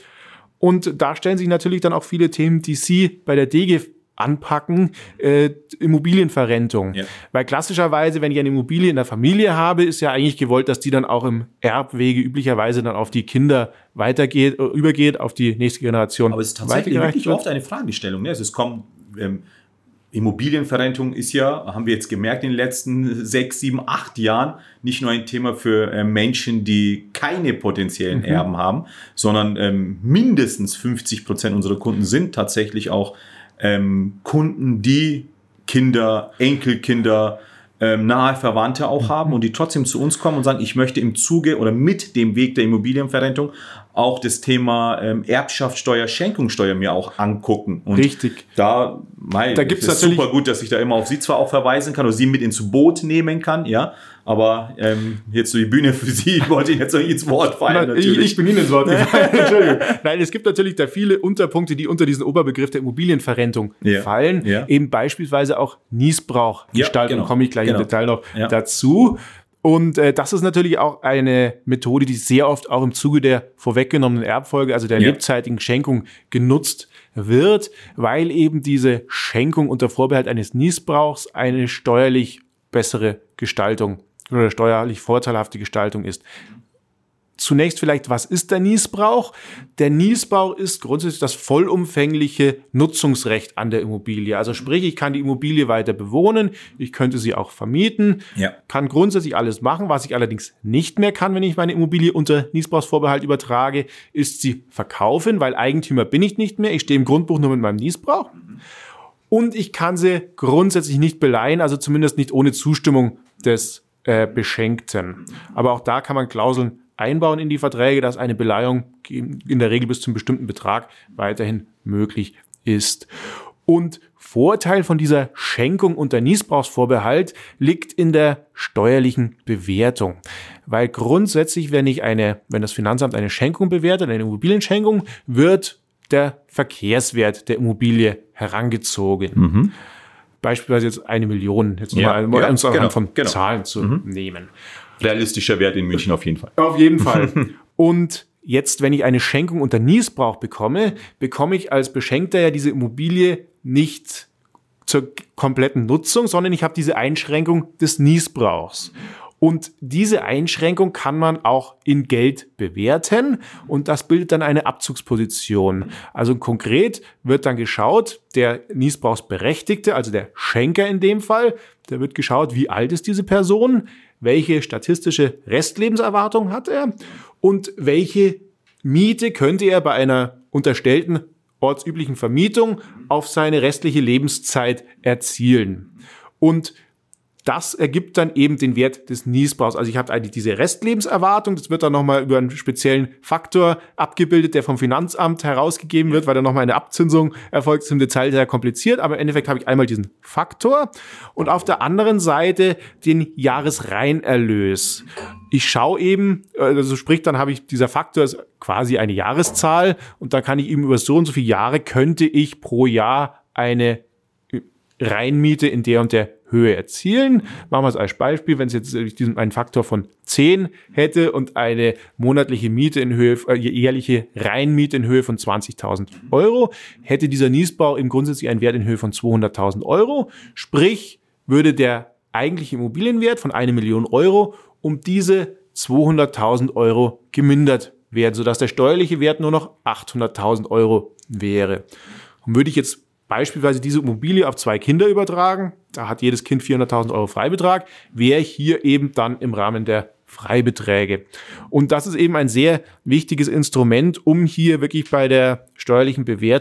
Und da stellen sich natürlich dann auch viele Themen, die Sie bei der D G F anpacken, äh, Immobilienverrentung. Ja. Weil klassischerweise, wenn ich eine Immobilie in der Familie habe, ist ja eigentlich gewollt, dass die dann auch im Erbwege üblicherweise dann auf die Kinder weitergeht, äh, übergeht, auf die nächste Generation. Aber es ist tatsächlich wirklich wird. oft eine Fragestellung. Ne? Also es kommt... Ähm Immobilienverrentung ist ja, haben wir jetzt gemerkt, in den letzten sechs, sieben, acht Jahren nicht nur ein Thema für äh, Menschen, die keine potenziellen mhm. Erben haben, sondern ähm, mindestens fünfzig Prozent unserer Kunden sind tatsächlich auch ähm, Kunden, die Kinder, Enkelkinder, ähm, nahe Verwandte auch mhm. haben und die trotzdem zu uns kommen und sagen, ich möchte im Zuge oder mit dem Weg der Immobilienverrentung auch das Thema ähm, Erbschaftssteuer, Schenkungssteuer mir auch angucken. Und richtig. Da, mei, da gibt's ist super gut, dass ich da immer auf Sie zwar auch verweisen kann oder Sie mit ins Boot nehmen kann, ja, aber ähm, jetzt so die Bühne für Sie, ich wollte Ihnen jetzt noch ins Wort fallen. Natürlich. Ich, ich bin Ihnen ins Wort gefallen, Entschuldigung. Nein, es gibt natürlich da viele Unterpunkte, die unter diesen Oberbegriff der Immobilienverrentung ja. fallen. Ja. Eben beispielsweise auch Niesbrauchgestaltung, ja, genau. komme ich gleich genau. im Detail noch ja. dazu. Und äh, das ist natürlich auch eine Methode, die sehr oft auch im Zuge der vorweggenommenen Erbfolge, also der ja. lebzeitigen Schenkung, genutzt wird, weil eben diese Schenkung unter Vorbehalt eines Niesbrauchs eine steuerlich bessere Gestaltung oder steuerlich vorteilhafte Gestaltung ist. Zunächst vielleicht, was ist der Niesbrauch? Der Niesbrauch ist grundsätzlich das vollumfängliche Nutzungsrecht an der Immobilie. Also sprich, ich kann die Immobilie weiter bewohnen, ich könnte sie auch vermieten, ja. kann grundsätzlich alles machen. Was ich allerdings nicht mehr kann, wenn ich meine Immobilie unter Niesbrauchsvorbehalt übertrage, ist sie verkaufen, weil Eigentümer bin ich nicht mehr. Ich stehe im Grundbuch nur mit meinem Niesbrauch. Und ich kann sie grundsätzlich nicht beleihen, also zumindest nicht ohne Zustimmung des äh, Beschenkten. Aber auch da kann man Klauseln einbauen in die Verträge, dass eine Beleihung in der Regel bis zum bestimmten Betrag weiterhin möglich ist. Und Vorteil von dieser Schenkung unter Niesbrauchsvorbehalt liegt in der steuerlichen Bewertung. Weil grundsätzlich, wenn ich eine, wenn das Finanzamt eine Schenkung bewertet, eine Immobilienschenkung, wird der Verkehrswert der Immobilie herangezogen. Mhm. Beispielsweise jetzt eine Million, jetzt ja, mal, mal ja, uns anhand genau, von genau. Zahlen zu mhm. nehmen. Realistischer Wert in München auf jeden Fall. Auf jeden Fall. Und jetzt, wenn ich eine Schenkung unter Niesbrauch bekomme, bekomme ich als Beschenkter ja diese Immobilie nicht zur kompletten Nutzung, sondern ich habe diese Einschränkung des Niesbrauchs. Und diese Einschränkung kann man auch in Geld bewerten und das bildet dann eine Abzugsposition. Also konkret wird dann geschaut, der Niesbrauchsberechtigte, also der Schenker in dem Fall, da wird geschaut, wie alt ist diese Person, welche statistische Restlebenserwartung hat er und welche Miete könnte er bei einer unterstellten ortsüblichen Vermietung auf seine restliche Lebenszeit erzielen. Und das ergibt dann eben den Wert des Niesbrauchs. Also ich habe eigentlich diese Restlebenserwartung, das wird dann nochmal über einen speziellen Faktor abgebildet, der vom Finanzamt herausgegeben wird, weil dann nochmal eine Abzinsung erfolgt. Das ist im Detail sehr kompliziert, aber im Endeffekt habe ich einmal diesen Faktor und auf der anderen Seite den Jahresreinerlös. Ich schaue eben, also sprich, dann habe ich, dieser Faktor ist quasi eine Jahreszahl und dann kann ich eben über so und so viele Jahre könnte ich pro Jahr eine Reinmiete in der und der Höhe erzielen. Machen wir es als Beispiel, wenn es jetzt diesen einen Faktor von zehn hätte und eine monatliche Miete in Höhe, äh, jährliche Reinmiete in Höhe von zwanzigtausend Euro, hätte dieser Niesbrauch im grundsätzlich einen Wert in Höhe von zweihunderttausend Euro. Sprich, würde der eigentliche Immobilienwert von eine Million Euro um diese zweihunderttausend Euro gemindert werden, sodass der steuerliche Wert nur noch achthunderttausend Euro wäre. Und würde ich jetzt beispielsweise diese Immobilie auf zwei Kinder übertragen, da hat jedes Kind vierhunderttausend Euro Freibetrag, wäre hier eben dann im Rahmen der Freibeträge. Und das ist eben ein sehr wichtiges Instrument, um hier wirklich bei der steuerlichen Bewertung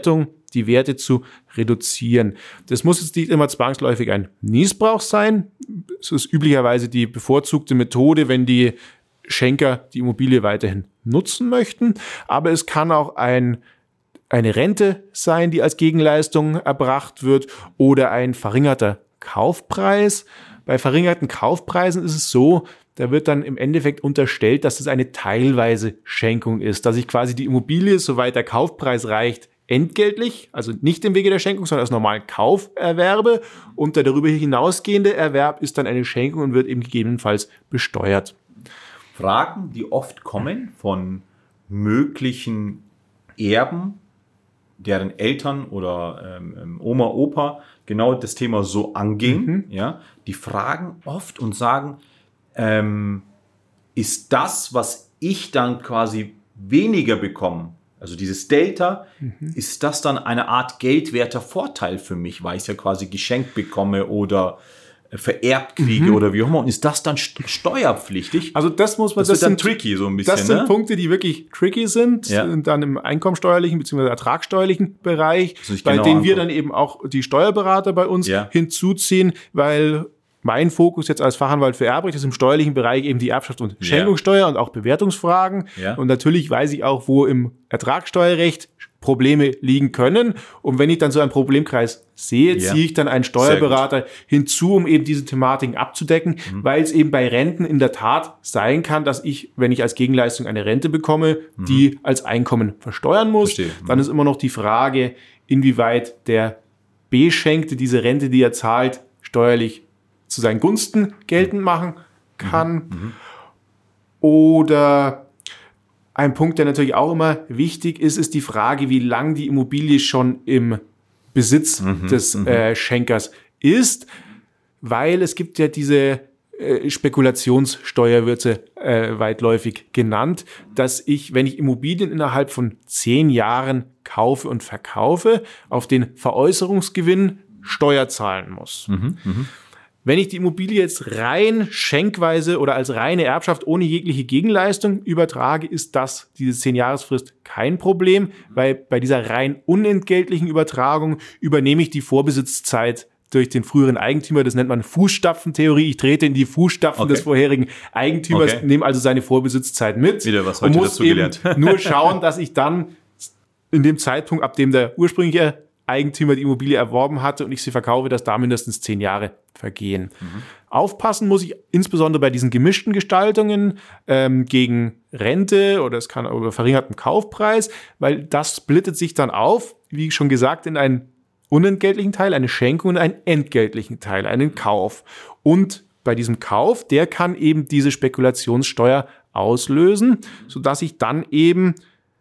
die Werte zu reduzieren. Das muss jetzt nicht immer zwangsläufig ein Nießbrauch sein. Es ist üblicherweise die bevorzugte Methode, wenn die Schenker die Immobilie weiterhin nutzen möchten. Aber es kann auch ein, eine Rente sein, die als Gegenleistung erbracht wird, oder ein verringerter Kaufpreis. Bei verringerten Kaufpreisen ist es so, da wird dann im Endeffekt unterstellt, dass es eine teilweise Schenkung ist, dass ich quasi die Immobilie, soweit der Kaufpreis reicht, entgeltlich, also nicht im Wege der Schenkung, sondern als normalen Kauf erwerbe, und der darüber hinausgehende Erwerb ist dann eine Schenkung und wird eben gegebenenfalls besteuert. Fragen, die oft kommen von möglichen Erben, deren Eltern oder ähm, Oma, Opa genau das Thema so angehen, mhm. ja, die fragen oft und sagen, ähm, ist das, was ich dann quasi weniger bekomme, also dieses Delta, mhm. ist das dann eine Art geldwerter Vorteil für mich, weil ich es ja quasi geschenkt bekomme oder vererbt kriege, mhm. oder wie auch immer, und ist das dann steuerpflichtig? Also das muss man, das, das ist dann tricky so ein bisschen. Das sind ne? Punkte, die wirklich tricky sind, ja. dann im einkommensteuerlichen bzw. ertragssteuerlichen Bereich, bei genau denen wir dann eben auch die Steuerberater bei uns ja. hinzuziehen, weil mein Fokus jetzt als Fachanwalt für Erbrecht ist im steuerlichen Bereich eben die Erbschaft- und Schenkungssteuer ja. und auch Bewertungsfragen. Ja. Und natürlich weiß ich auch, wo im Ertragssteuerrecht Probleme liegen können. Und wenn ich dann so einen Problemkreis sehe, ja. ziehe ich dann einen Steuerberater hinzu, um eben diese Thematiken abzudecken, mhm. weil es eben bei Renten in der Tat sein kann, dass ich, wenn ich als Gegenleistung eine Rente bekomme, mhm. die als Einkommen versteuern muss. Mhm. Dann ist immer noch die Frage, inwieweit der Beschenkte diese Rente, die er zahlt, steuerlich zu seinen Gunsten geltend machen kann. Mhm. Oder ein Punkt, der natürlich auch immer wichtig ist, ist die Frage, wie lang die Immobilie schon im Besitz mhm. des äh, Schenkers ist, weil es gibt ja diese äh, Spekulationssteuer, wird sie äh, weitläufig genannt, dass ich, wenn ich Immobilien innerhalb von zehn Jahren kaufe und verkaufe, auf den Veräußerungsgewinn Steuer zahlen muss. Mhm. Mhm. Wenn ich die Immobilie jetzt rein schenkweise oder als reine Erbschaft ohne jegliche Gegenleistung übertrage, ist das, diese zehn-Jahresfrist, kein Problem, weil bei dieser rein unentgeltlichen Übertragung übernehme ich die Vorbesitzzeit durch den früheren Eigentümer. Das nennt man Fußstapfentheorie. Ich trete in die Fußstapfen okay. des vorherigen Eigentümers, okay. nehme also seine Vorbesitzzeit mit. Wieder was heute und muss dazu gelernt. Eben nur schauen, dass ich dann in dem Zeitpunkt, ab dem der ursprüngliche Eigentümer die Immobilie erworben hatte und ich sie verkaufe, dass da mindestens zehn Jahre vergehen. Mhm. Aufpassen muss ich insbesondere bei diesen gemischten Gestaltungen ähm, gegen Rente oder es kann über verringerten Kaufpreis, weil das splittet sich dann auf, wie schon gesagt, in einen unentgeltlichen Teil, eine Schenkung und einen entgeltlichen Teil, einen Kauf. Und bei diesem Kauf, der kann eben diese Spekulationssteuer auslösen, sodass ich dann eben,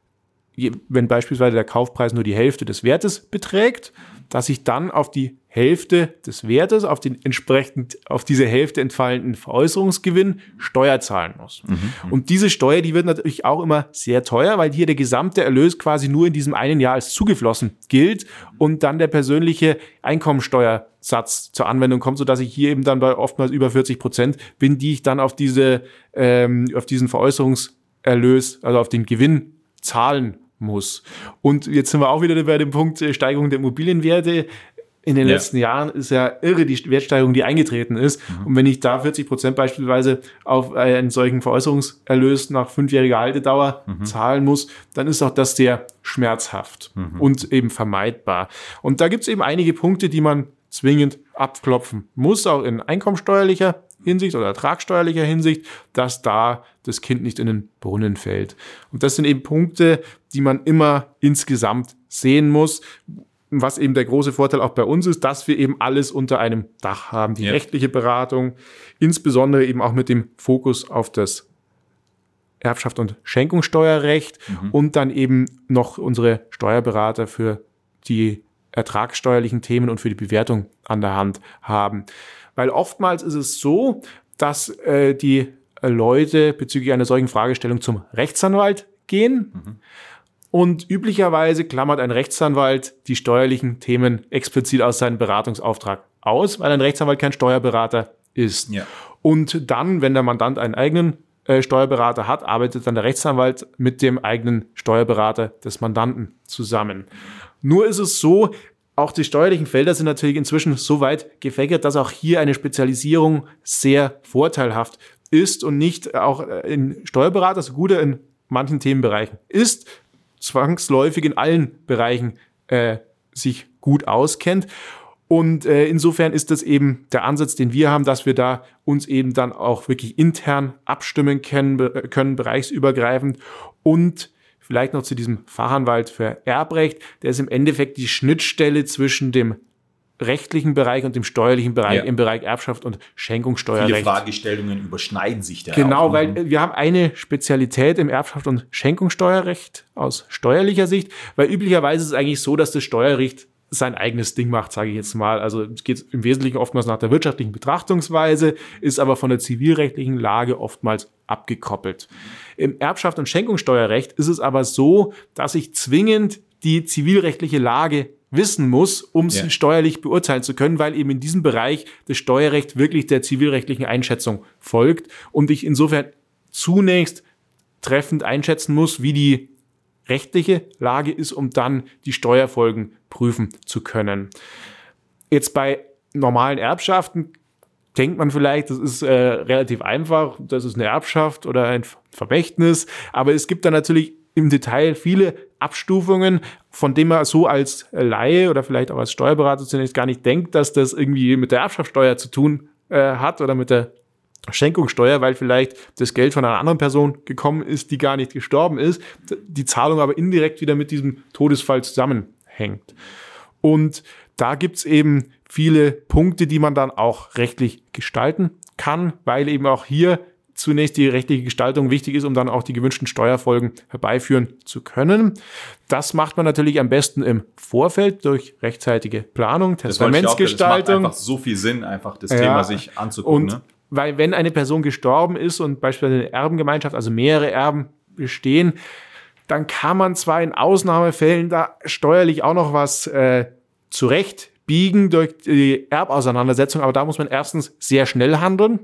wenn beispielsweise der Kaufpreis nur die Hälfte des Wertes beträgt, dass ich dann auf die Hälfte des Wertes, auf den entsprechend auf diese Hälfte entfallenden Veräußerungsgewinn Steuer zahlen muss. Mhm. Und diese Steuer, die wird natürlich auch immer sehr teuer, weil hier der gesamte Erlös quasi nur in diesem einen Jahr als zugeflossen gilt und dann der persönliche Einkommensteuersatz zur Anwendung kommt, sodass ich hier eben dann bei oftmals über vierzig Prozent bin, die ich dann auf diese, ähm, auf diesen Veräußerungserlös, also auf den Gewinn zahlen muss. Und jetzt sind wir auch wieder bei dem Punkt Steigerung der Immobilienwerte. In den ja. letzten Jahren ist ja irre die Wertsteigerung, die eingetreten ist. Mhm. Und wenn ich da vierzig Prozent beispielsweise auf einen solchen Veräußerungserlös nach fünfjähriger Haltedauer mhm. zahlen muss, dann ist auch das sehr schmerzhaft mhm. und eben vermeidbar. Und da gibt es eben einige Punkte, die man zwingend abklopfen muss, auch in einkommensteuerlicher Hinsicht oder ertragssteuerlicher Hinsicht, dass da das Kind nicht in den Brunnen fällt. Und das sind eben Punkte, die man immer insgesamt sehen muss, was eben der große Vorteil auch bei uns ist, dass wir eben alles unter einem Dach haben. Die ja. rechtliche Beratung, insbesondere eben auch mit dem Fokus auf das Erbschaft- und Schenkungssteuerrecht mhm. und dann eben noch unsere Steuerberater für die ertragssteuerlichen Themen und für die Bewertung an der Hand haben. Weil oftmals ist es so, dass äh, die Leute bezüglich einer solchen Fragestellung zum Rechtsanwalt gehen. Mhm. Und üblicherweise klammert ein Rechtsanwalt die steuerlichen Themen explizit aus seinem Beratungsauftrag aus, weil ein Rechtsanwalt kein Steuerberater ist. Ja. Und dann, wenn der Mandant einen eigenen äh, Steuerberater hat, arbeitet dann der Rechtsanwalt mit dem eigenen Steuerberater des Mandanten zusammen. Nur ist es so, auch die steuerlichen Felder sind natürlich inzwischen so weit gefächert, dass auch hier eine Spezialisierung sehr vorteilhaft ist und nicht auch in Steuerberater, so gut er in manchen Themenbereichen ist, zwangsläufig in allen Bereichen äh, sich gut auskennt. Und äh, insofern ist das eben der Ansatz, den wir haben, dass wir da uns eben dann auch wirklich intern abstimmen können, be- können bereichsübergreifend. Und vielleicht noch zu diesem Fachanwalt für Erbrecht, der ist im Endeffekt die Schnittstelle zwischen dem rechtlichen Bereich und dem steuerlichen Bereich, ja, im Bereich Erbschaft und Schenkungssteuerrecht. Viele Fragestellungen überschneiden sich da. Genau, auch. weil wir haben eine Spezialität im Erbschaft- und Schenkungssteuerrecht aus steuerlicher Sicht, weil üblicherweise ist es eigentlich so, dass das Steuerrecht sein eigenes Ding macht, sage ich jetzt mal. Also es geht im Wesentlichen oftmals nach der wirtschaftlichen Betrachtungsweise, ist aber von der zivilrechtlichen Lage oftmals abgekoppelt. Im Erbschaft- und Schenkungssteuerrecht ist es aber so, dass ich zwingend die zivilrechtliche Lage wissen muss, um es ja. steuerlich beurteilen zu können, weil eben in diesem Bereich das Steuerrecht wirklich der zivilrechtlichen Einschätzung folgt und ich insofern zunächst treffend einschätzen muss, wie die rechtliche Lage ist, um dann die Steuerfolgen prüfen zu können. Jetzt bei normalen Erbschaften denkt man vielleicht, das ist äh, relativ einfach, das ist eine Erbschaft oder ein Vermächtnis, aber es gibt da natürlich im Detail viele Abstufungen, von denen man so als Laie oder vielleicht auch als Steuerberater zunächst gar nicht denkt, dass das irgendwie mit der Erbschaftssteuer zu tun äh, hat oder mit der Schenkungssteuer, weil vielleicht das Geld von einer anderen Person gekommen ist, die gar nicht gestorben ist, die Zahlung aber indirekt wieder mit diesem Todesfall zusammenhängt. Und da gibt's eben viele Punkte, die man dann auch rechtlich gestalten kann, weil eben auch hier zunächst die rechtliche Gestaltung wichtig ist, um dann auch die gewünschten Steuerfolgen herbeiführen zu können. Das macht man natürlich am besten im Vorfeld durch rechtzeitige Planung, Testamentsgestaltung. Das macht einfach so viel Sinn, einfach das ja. Thema sich anzugucken. Und ne? Weil wenn eine Person gestorben ist und beispielsweise eine Erbengemeinschaft, also mehrere Erben bestehen, dann kann man zwar in Ausnahmefällen da steuerlich auch noch was äh, zurechtbiegen durch die Erbauseinandersetzung, aber da muss man erstens sehr schnell handeln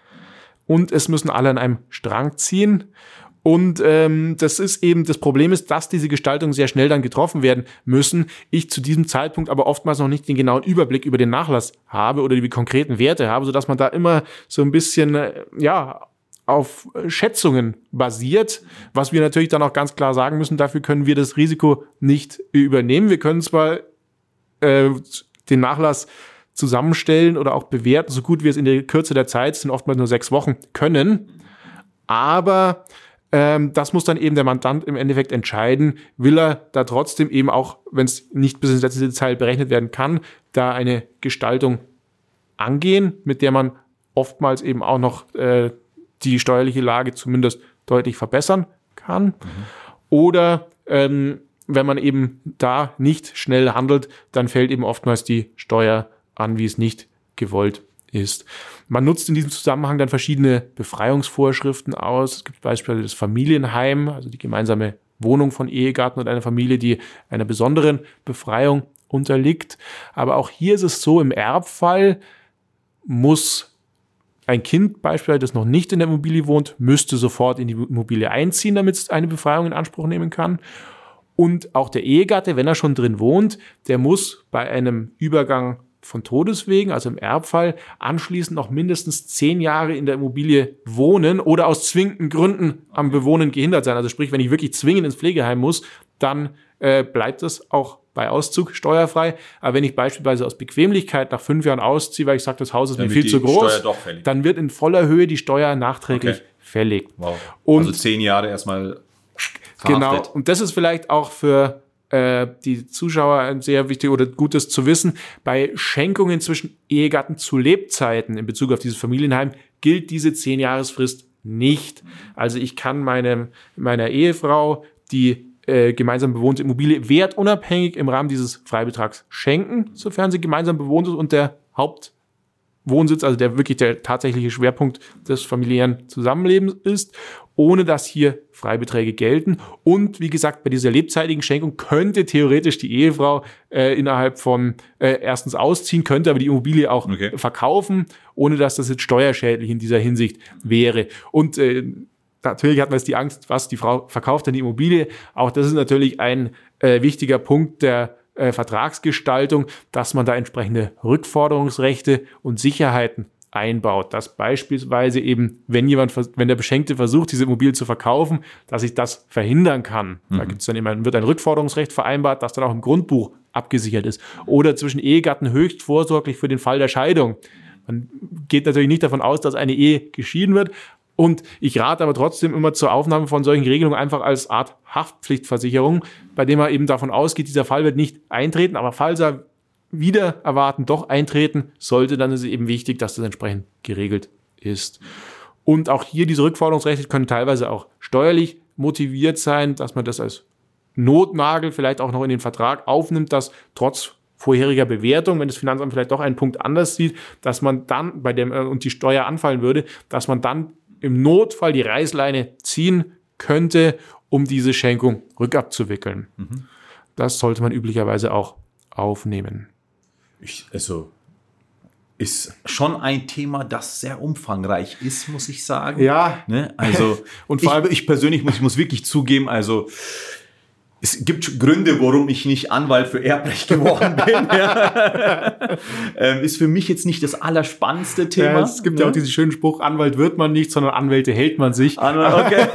und es müssen alle an einem Strang ziehen. Und ähm, das ist eben, das Problem ist, dass diese Gestaltungen sehr schnell dann getroffen werden müssen. Ich zu diesem Zeitpunkt aber oftmals noch nicht den genauen Überblick über den Nachlass habe oder die konkreten Werte habe, sodass man da immer so ein bisschen, äh, ja, auf Schätzungen basiert, was wir natürlich dann auch ganz klar sagen müssen, dafür können wir das Risiko nicht übernehmen. Wir können zwar äh, den Nachlass zusammenstellen oder auch bewerten, so gut wir es in der Kürze der Zeit, sind oftmals nur sechs Wochen, können, aber Ähm, das muss dann eben der Mandant im Endeffekt entscheiden, will er da trotzdem eben auch, wenn es nicht bis ins letzte Detail berechnet werden kann, da eine Gestaltung angehen, mit der man oftmals eben auch noch äh, die steuerliche Lage zumindest deutlich verbessern kann. Mhm. Oder ähm, wenn man eben da nicht schnell handelt, dann fällt eben oftmals die Steuer an, wie es nicht gewollt ist. Man nutzt in diesem Zusammenhang dann verschiedene Befreiungsvorschriften aus. Es gibt beispielsweise das Familienheim, also die gemeinsame Wohnung von Ehegatten und einer Familie, die einer besonderen Befreiung unterliegt. Aber auch hier ist es so, im Erbfall muss ein Kind beispielsweise, das noch nicht in der Immobilie wohnt, müsste sofort in die Immobilie einziehen, damit es eine Befreiung in Anspruch nehmen kann. Und auch der Ehegatte, wenn er schon drin wohnt, der muss bei einem Übergang von Todeswegen, also im Erbfall, anschließend noch mindestens zehn Jahre in der Immobilie wohnen oder aus zwingenden Gründen am Bewohnen gehindert sein. Also sprich, wenn ich wirklich zwingend ins Pflegeheim muss, dann äh, bleibt es auch bei Auszug steuerfrei. Aber wenn ich beispielsweise aus Bequemlichkeit nach fünf Jahren ausziehe, weil ich sage, das Haus ist dann mir viel zu groß, dann wird in voller Höhe die Steuer nachträglich okay. fällig. Wow. Und also zehn Jahre erstmal verhaftet. Genau. Und das ist vielleicht auch für die Zuschauer sehr wichtig oder Gutes zu wissen. Bei Schenkungen zwischen Ehegatten zu Lebzeiten in Bezug auf dieses Familienheim gilt diese zehn-Jahresfrist nicht. Also ich kann meine, meiner Ehefrau die äh, gemeinsam bewohnte Immobilie wertunabhängig im Rahmen dieses Freibetrags schenken, sofern sie gemeinsam bewohnt ist und der Hauptwohnsitz, also der wirklich der tatsächliche Schwerpunkt des familiären Zusammenlebens ist, ohne dass hier Freibeträge gelten. Und wie gesagt, bei dieser lebzeitigen Schenkung könnte theoretisch die Ehefrau äh, innerhalb von äh, erstens ausziehen, könnte aber die Immobilie auch okay. verkaufen, ohne dass das jetzt steuerschädlich in dieser Hinsicht wäre. Und äh, natürlich hat man jetzt die Angst, was die Frau verkauft dann die Immobilie. Auch das ist natürlich ein äh, wichtiger Punkt, der äh, Vertragsgestaltung, dass man da entsprechende Rückforderungsrechte und Sicherheiten einbaut, dass beispielsweise eben, wenn jemand, wenn der Beschenkte versucht, diese Immobilie zu verkaufen, dass ich das verhindern kann. Mhm. Da gibt's dann immer, wird ein Rückforderungsrecht vereinbart, das dann auch im Grundbuch abgesichert ist. Oder zwischen Ehegatten höchst vorsorglich für den Fall der Scheidung. Man geht natürlich nicht davon aus, dass eine Ehe geschieden wird. Und ich rate aber trotzdem immer zur Aufnahme von solchen Regelungen einfach als Art Haftpflichtversicherung, bei dem man eben davon ausgeht, dieser Fall wird nicht eintreten, aber falls er wieder erwarten, doch eintreten sollte, dann ist es eben wichtig, dass das entsprechend geregelt ist. Und auch hier diese Rückforderungsrechte können teilweise auch steuerlich motiviert sein, dass man das als Notnagel vielleicht auch noch in den Vertrag aufnimmt, dass trotz vorheriger Bewertung, wenn das Finanzamt vielleicht doch einen Punkt anders sieht, dass man dann bei dem und die Steuer anfallen würde, dass man dann im Notfall die Reißleine ziehen könnte, um diese Schenkung rückabzuwickeln. Mhm. Das sollte man üblicherweise auch aufnehmen. Ich, also ist schon ein Thema, das sehr umfangreich ist, muss ich sagen. Ja. Ne? Also und vor allem ich, ich persönlich muss, ich muss wirklich zugeben, also es gibt Gründe, warum ich nicht Anwalt für Erbrecht geworden bin. Ja. ähm, ist für mich jetzt nicht das allerspannendste Thema. Ja, es gibt ja, ja auch diesen schönen Spruch, Anwalt wird man nicht, sondern Anwälte hält man sich. Okay.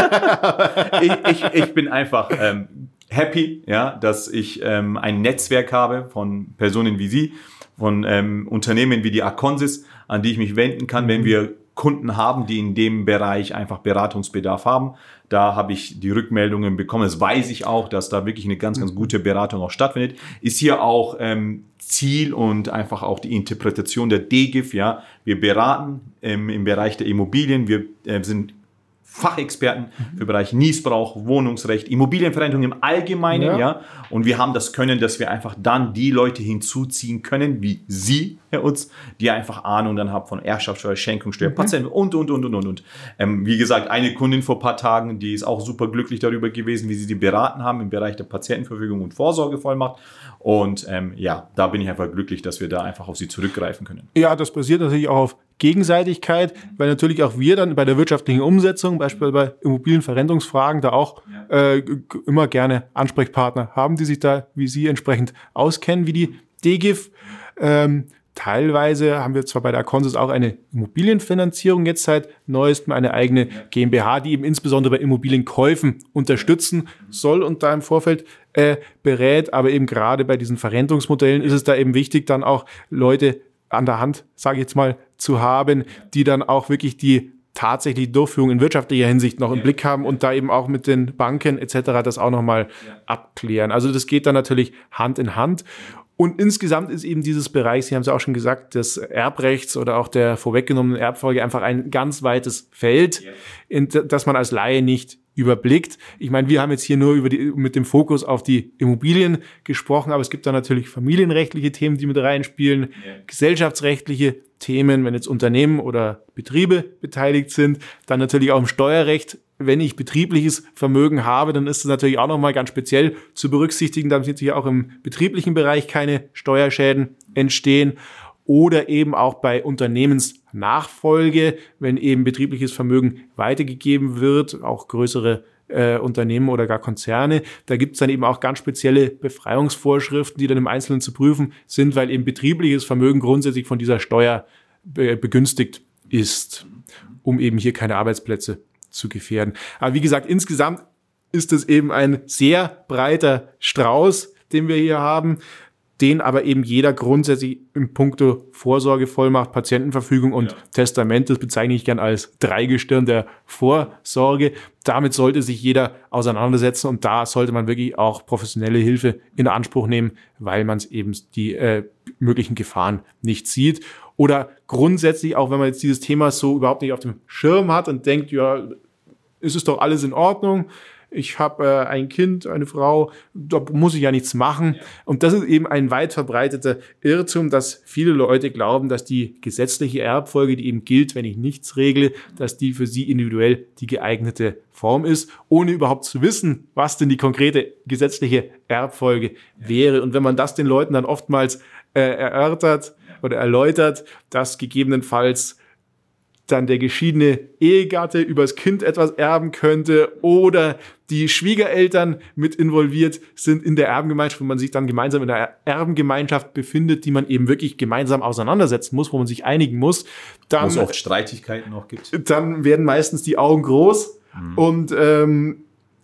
ich, ich, ich bin einfach ähm, happy, ja, dass ich ähm, ein Netzwerk habe von Personen wie Sie, von ähm, Unternehmen wie die Aconsis, an die ich mich wenden kann, mhm. wenn wir Kunden haben, die in dem Bereich einfach Beratungsbedarf haben. Da habe ich die Rückmeldungen bekommen. Das weiß ich auch, dass da wirklich eine ganz, ganz gute Beratung auch stattfindet. Ist hier auch ähm, Ziel und einfach auch die Interpretation der D G I F. Ja, wir beraten ähm, im Bereich der Immobilien. Wir äh, sind Fachexperten für Bereich Niesbrauch, Wohnungsrecht, Immobilienverrentung im Allgemeinen, ja. ja. Und wir haben das Können, dass wir einfach dann die Leute hinzuziehen können, wie Sie, Herr Utz, die einfach Ahnung dann haben von Erbschaftssteuer, Schenkungssteuer, mhm. Patienten und, und, und, und, und, und. Ähm, wie gesagt, eine Kundin vor ein paar Tagen, die ist auch super glücklich darüber gewesen, wie Sie die beraten haben im Bereich der Patientenverfügung und Vorsorgevollmacht. Und ähm, ja, da bin ich einfach glücklich, dass wir da einfach auf Sie zurückgreifen können. Ja, das basiert natürlich auch auf Gegenseitigkeit, weil natürlich auch wir dann bei der wirtschaftlichen Umsetzung, beispielsweise bei Immobilienverrentungsfragen, da auch ja. äh, immer gerne Ansprechpartner haben, die sich da wie Sie entsprechend auskennen, wie die D G I F. Ähm, teilweise haben wir zwar bei der Aconsis auch eine Immobilienfinanzierung, jetzt seit neuestem eine eigene GmbH, die eben insbesondere bei Immobilienkäufen unterstützen soll und da im Vorfeld äh, berät, aber eben gerade bei diesen Verrentungsmodellen ist es da eben wichtig, dann auch Leute an der Hand, sage ich jetzt mal, zu haben, die dann auch wirklich die tatsächliche Durchführung in wirtschaftlicher Hinsicht noch im Blick haben und da eben auch mit den Banken et cetera das auch nochmal abklären. Also das geht dann natürlich Hand in Hand. Und insgesamt ist eben dieses Bereich, Sie haben es auch schon gesagt, des Erbrechts oder auch der vorweggenommenen Erbfolge einfach ein ganz weites Feld, in das man als Laie nicht überblickt. Ich meine, wir haben jetzt hier nur über die, mit dem Fokus auf die Immobilien gesprochen, aber es gibt da natürlich familienrechtliche Themen, die mit reinspielen, ja. gesellschaftsrechtliche Themen, wenn jetzt Unternehmen oder Betriebe beteiligt sind, dann natürlich auch im Steuerrecht. Wenn ich betriebliches Vermögen habe, dann ist es natürlich auch nochmal ganz speziell zu berücksichtigen, damit natürlich auch im betrieblichen Bereich keine Steuerschäden entstehen. Oder eben auch bei Unternehmensnachfolge, wenn eben betriebliches Vermögen weitergegeben wird, auch größere äh, Unternehmen oder gar Konzerne. Da gibt es dann eben auch ganz spezielle Befreiungsvorschriften, die dann im Einzelnen zu prüfen sind, weil eben betriebliches Vermögen grundsätzlich von dieser Steuer be- begünstigt ist, um eben hier keine Arbeitsplätze zu gefährden. Aber wie gesagt, insgesamt ist es eben ein sehr breiter Strauß, den wir hier haben, den aber eben jeder grundsätzlich im Punkto Vorsorgevollmacht, Patientenverfügung und ja. Testament, das bezeichne ich gern als Dreigestirn der Vorsorge. Damit sollte sich jeder auseinandersetzen und da sollte man wirklich auch professionelle Hilfe in Anspruch nehmen, weil man es eben die äh, möglichen Gefahren nicht sieht. Oder grundsätzlich, auch wenn man jetzt dieses Thema so überhaupt nicht auf dem Schirm hat und denkt, ja, ist es doch alles in Ordnung, ich habe äh, ein Kind, eine Frau, da muss ich ja nichts machen. Ja. Und das ist eben ein weit verbreiteter Irrtum, dass viele Leute glauben, dass die gesetzliche Erbfolge, die eben gilt, wenn ich nichts regle, dass die für sie individuell die geeignete Form ist, ohne überhaupt zu wissen, was denn die konkrete gesetzliche Erbfolge ja. wäre. Und wenn man das den Leuten dann oftmals äh, erörtert oder erläutert, dass gegebenenfalls dann der geschiedene Ehegatte übers Kind etwas erben könnte oder die Schwiegereltern mit involviert sind in der Erbengemeinschaft, wo man sich dann gemeinsam in der Erbengemeinschaft befindet, die man eben wirklich gemeinsam auseinandersetzen muss, wo man sich einigen muss. Dann, wo es oft Streitigkeiten auch gibt. Dann werden meistens die Augen groß mhm. und ähm,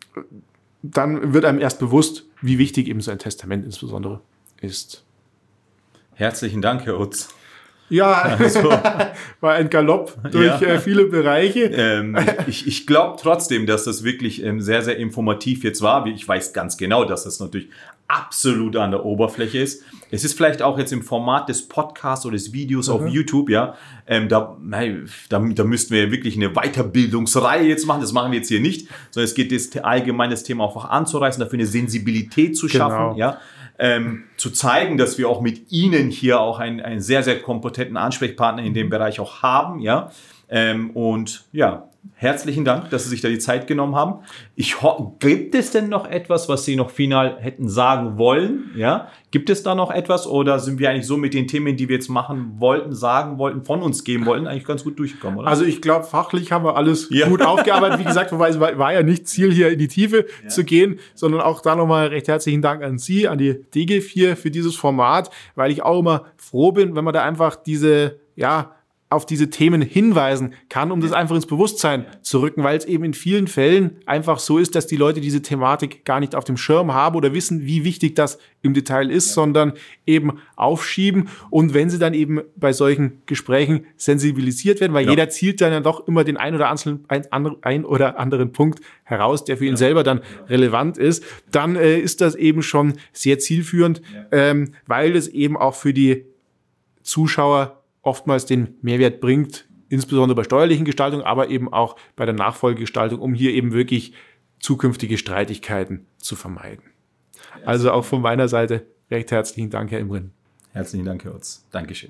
dann wird einem erst bewusst, wie wichtig eben so ein Testament insbesondere ist. Herzlichen Dank, Herr Utz. Ja, also, war ein Galopp durch ja. äh, viele Bereiche. Ähm, ich ich glaube trotzdem, dass das wirklich ähm, sehr, sehr informativ jetzt war. Ich weiß ganz genau, dass das natürlich absolut an der Oberfläche ist. Es ist vielleicht auch jetzt im Format des Podcasts oder des Videos mhm. auf YouTube, ja, ähm, da, nein, da, da müssten wir wirklich eine Weiterbildungsreihe jetzt machen. Das machen wir jetzt hier nicht, sondern es geht das allgemeine Thema auch anzureißen, dafür eine Sensibilität zu schaffen, genau. ja. Ähm, zu zeigen, dass wir auch mit Ihnen hier auch einen, einen sehr, sehr kompetenten Ansprechpartner in dem Bereich auch haben, ja, ähm, und ja, herzlichen Dank, dass Sie sich da die Zeit genommen haben. Ich ho- gibt es denn noch etwas, was Sie noch final hätten sagen wollen, ja, gibt es da noch etwas oder sind wir eigentlich so mit den Themen, die wir jetzt machen wollten, sagen wollten, von uns geben wollten, eigentlich ganz gut durchgekommen, oder? Also ich glaube, fachlich haben wir alles ja. gut aufgearbeitet. Wie gesagt, wobei es war, war ja nicht Ziel, hier in die Tiefe ja. zu gehen, sondern auch da nochmal recht herzlichen Dank an Sie, an die D G vier für dieses Format, weil ich auch immer froh bin, wenn man da einfach diese, ja, auf diese Themen hinweisen kann, um das einfach ins Bewusstsein zu rücken, weil es eben in vielen Fällen einfach so ist, dass die Leute diese Thematik gar nicht auf dem Schirm haben oder wissen, wie wichtig das im Detail ist, ja. sondern eben aufschieben. Und wenn sie dann eben bei solchen Gesprächen sensibilisiert werden, weil ja. jeder zielt dann ja doch immer den ein oder, einzelnen, ein, ein oder anderen Punkt heraus, der für ihn ja. selber dann relevant ist, dann äh, ist das eben schon sehr zielführend, ja. ähm, weil es eben auch für die Zuschauer oftmals den Mehrwert bringt, insbesondere bei steuerlichen Gestaltungen, aber eben auch bei der Nachfolgegestaltung, um hier eben wirklich zukünftige Streitigkeiten zu vermeiden. Also auch von meiner Seite recht herzlichen Dank, Herr Imren. Herzlichen Dank, Herr Utz. Dankeschön.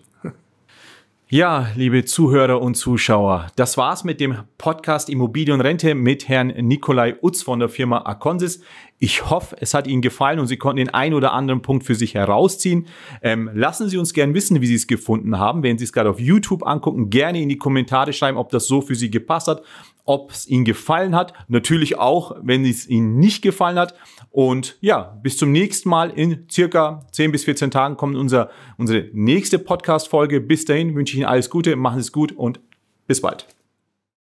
Ja, liebe Zuhörer und Zuschauer, das war's mit dem Podcast Immobilienrente mit Herrn Nikolai Utz von der Firma Aconsis. Ich hoffe, es hat Ihnen gefallen und Sie konnten den einen oder anderen Punkt für sich herausziehen. Ähm, lassen Sie uns gerne wissen, wie Sie es gefunden haben. Wenn Sie es gerade auf YouTube angucken, gerne in die Kommentare schreiben, ob das so für Sie gepasst hat, ob es Ihnen gefallen hat. Natürlich auch, wenn es Ihnen nicht gefallen hat. Und ja, bis zum nächsten Mal. In circa zehn bis vierzehn Tagen kommt unser, unsere nächste Podcast-Folge. Bis dahin wünsche ich Ihnen alles Gute, machen Sie es gut und bis bald.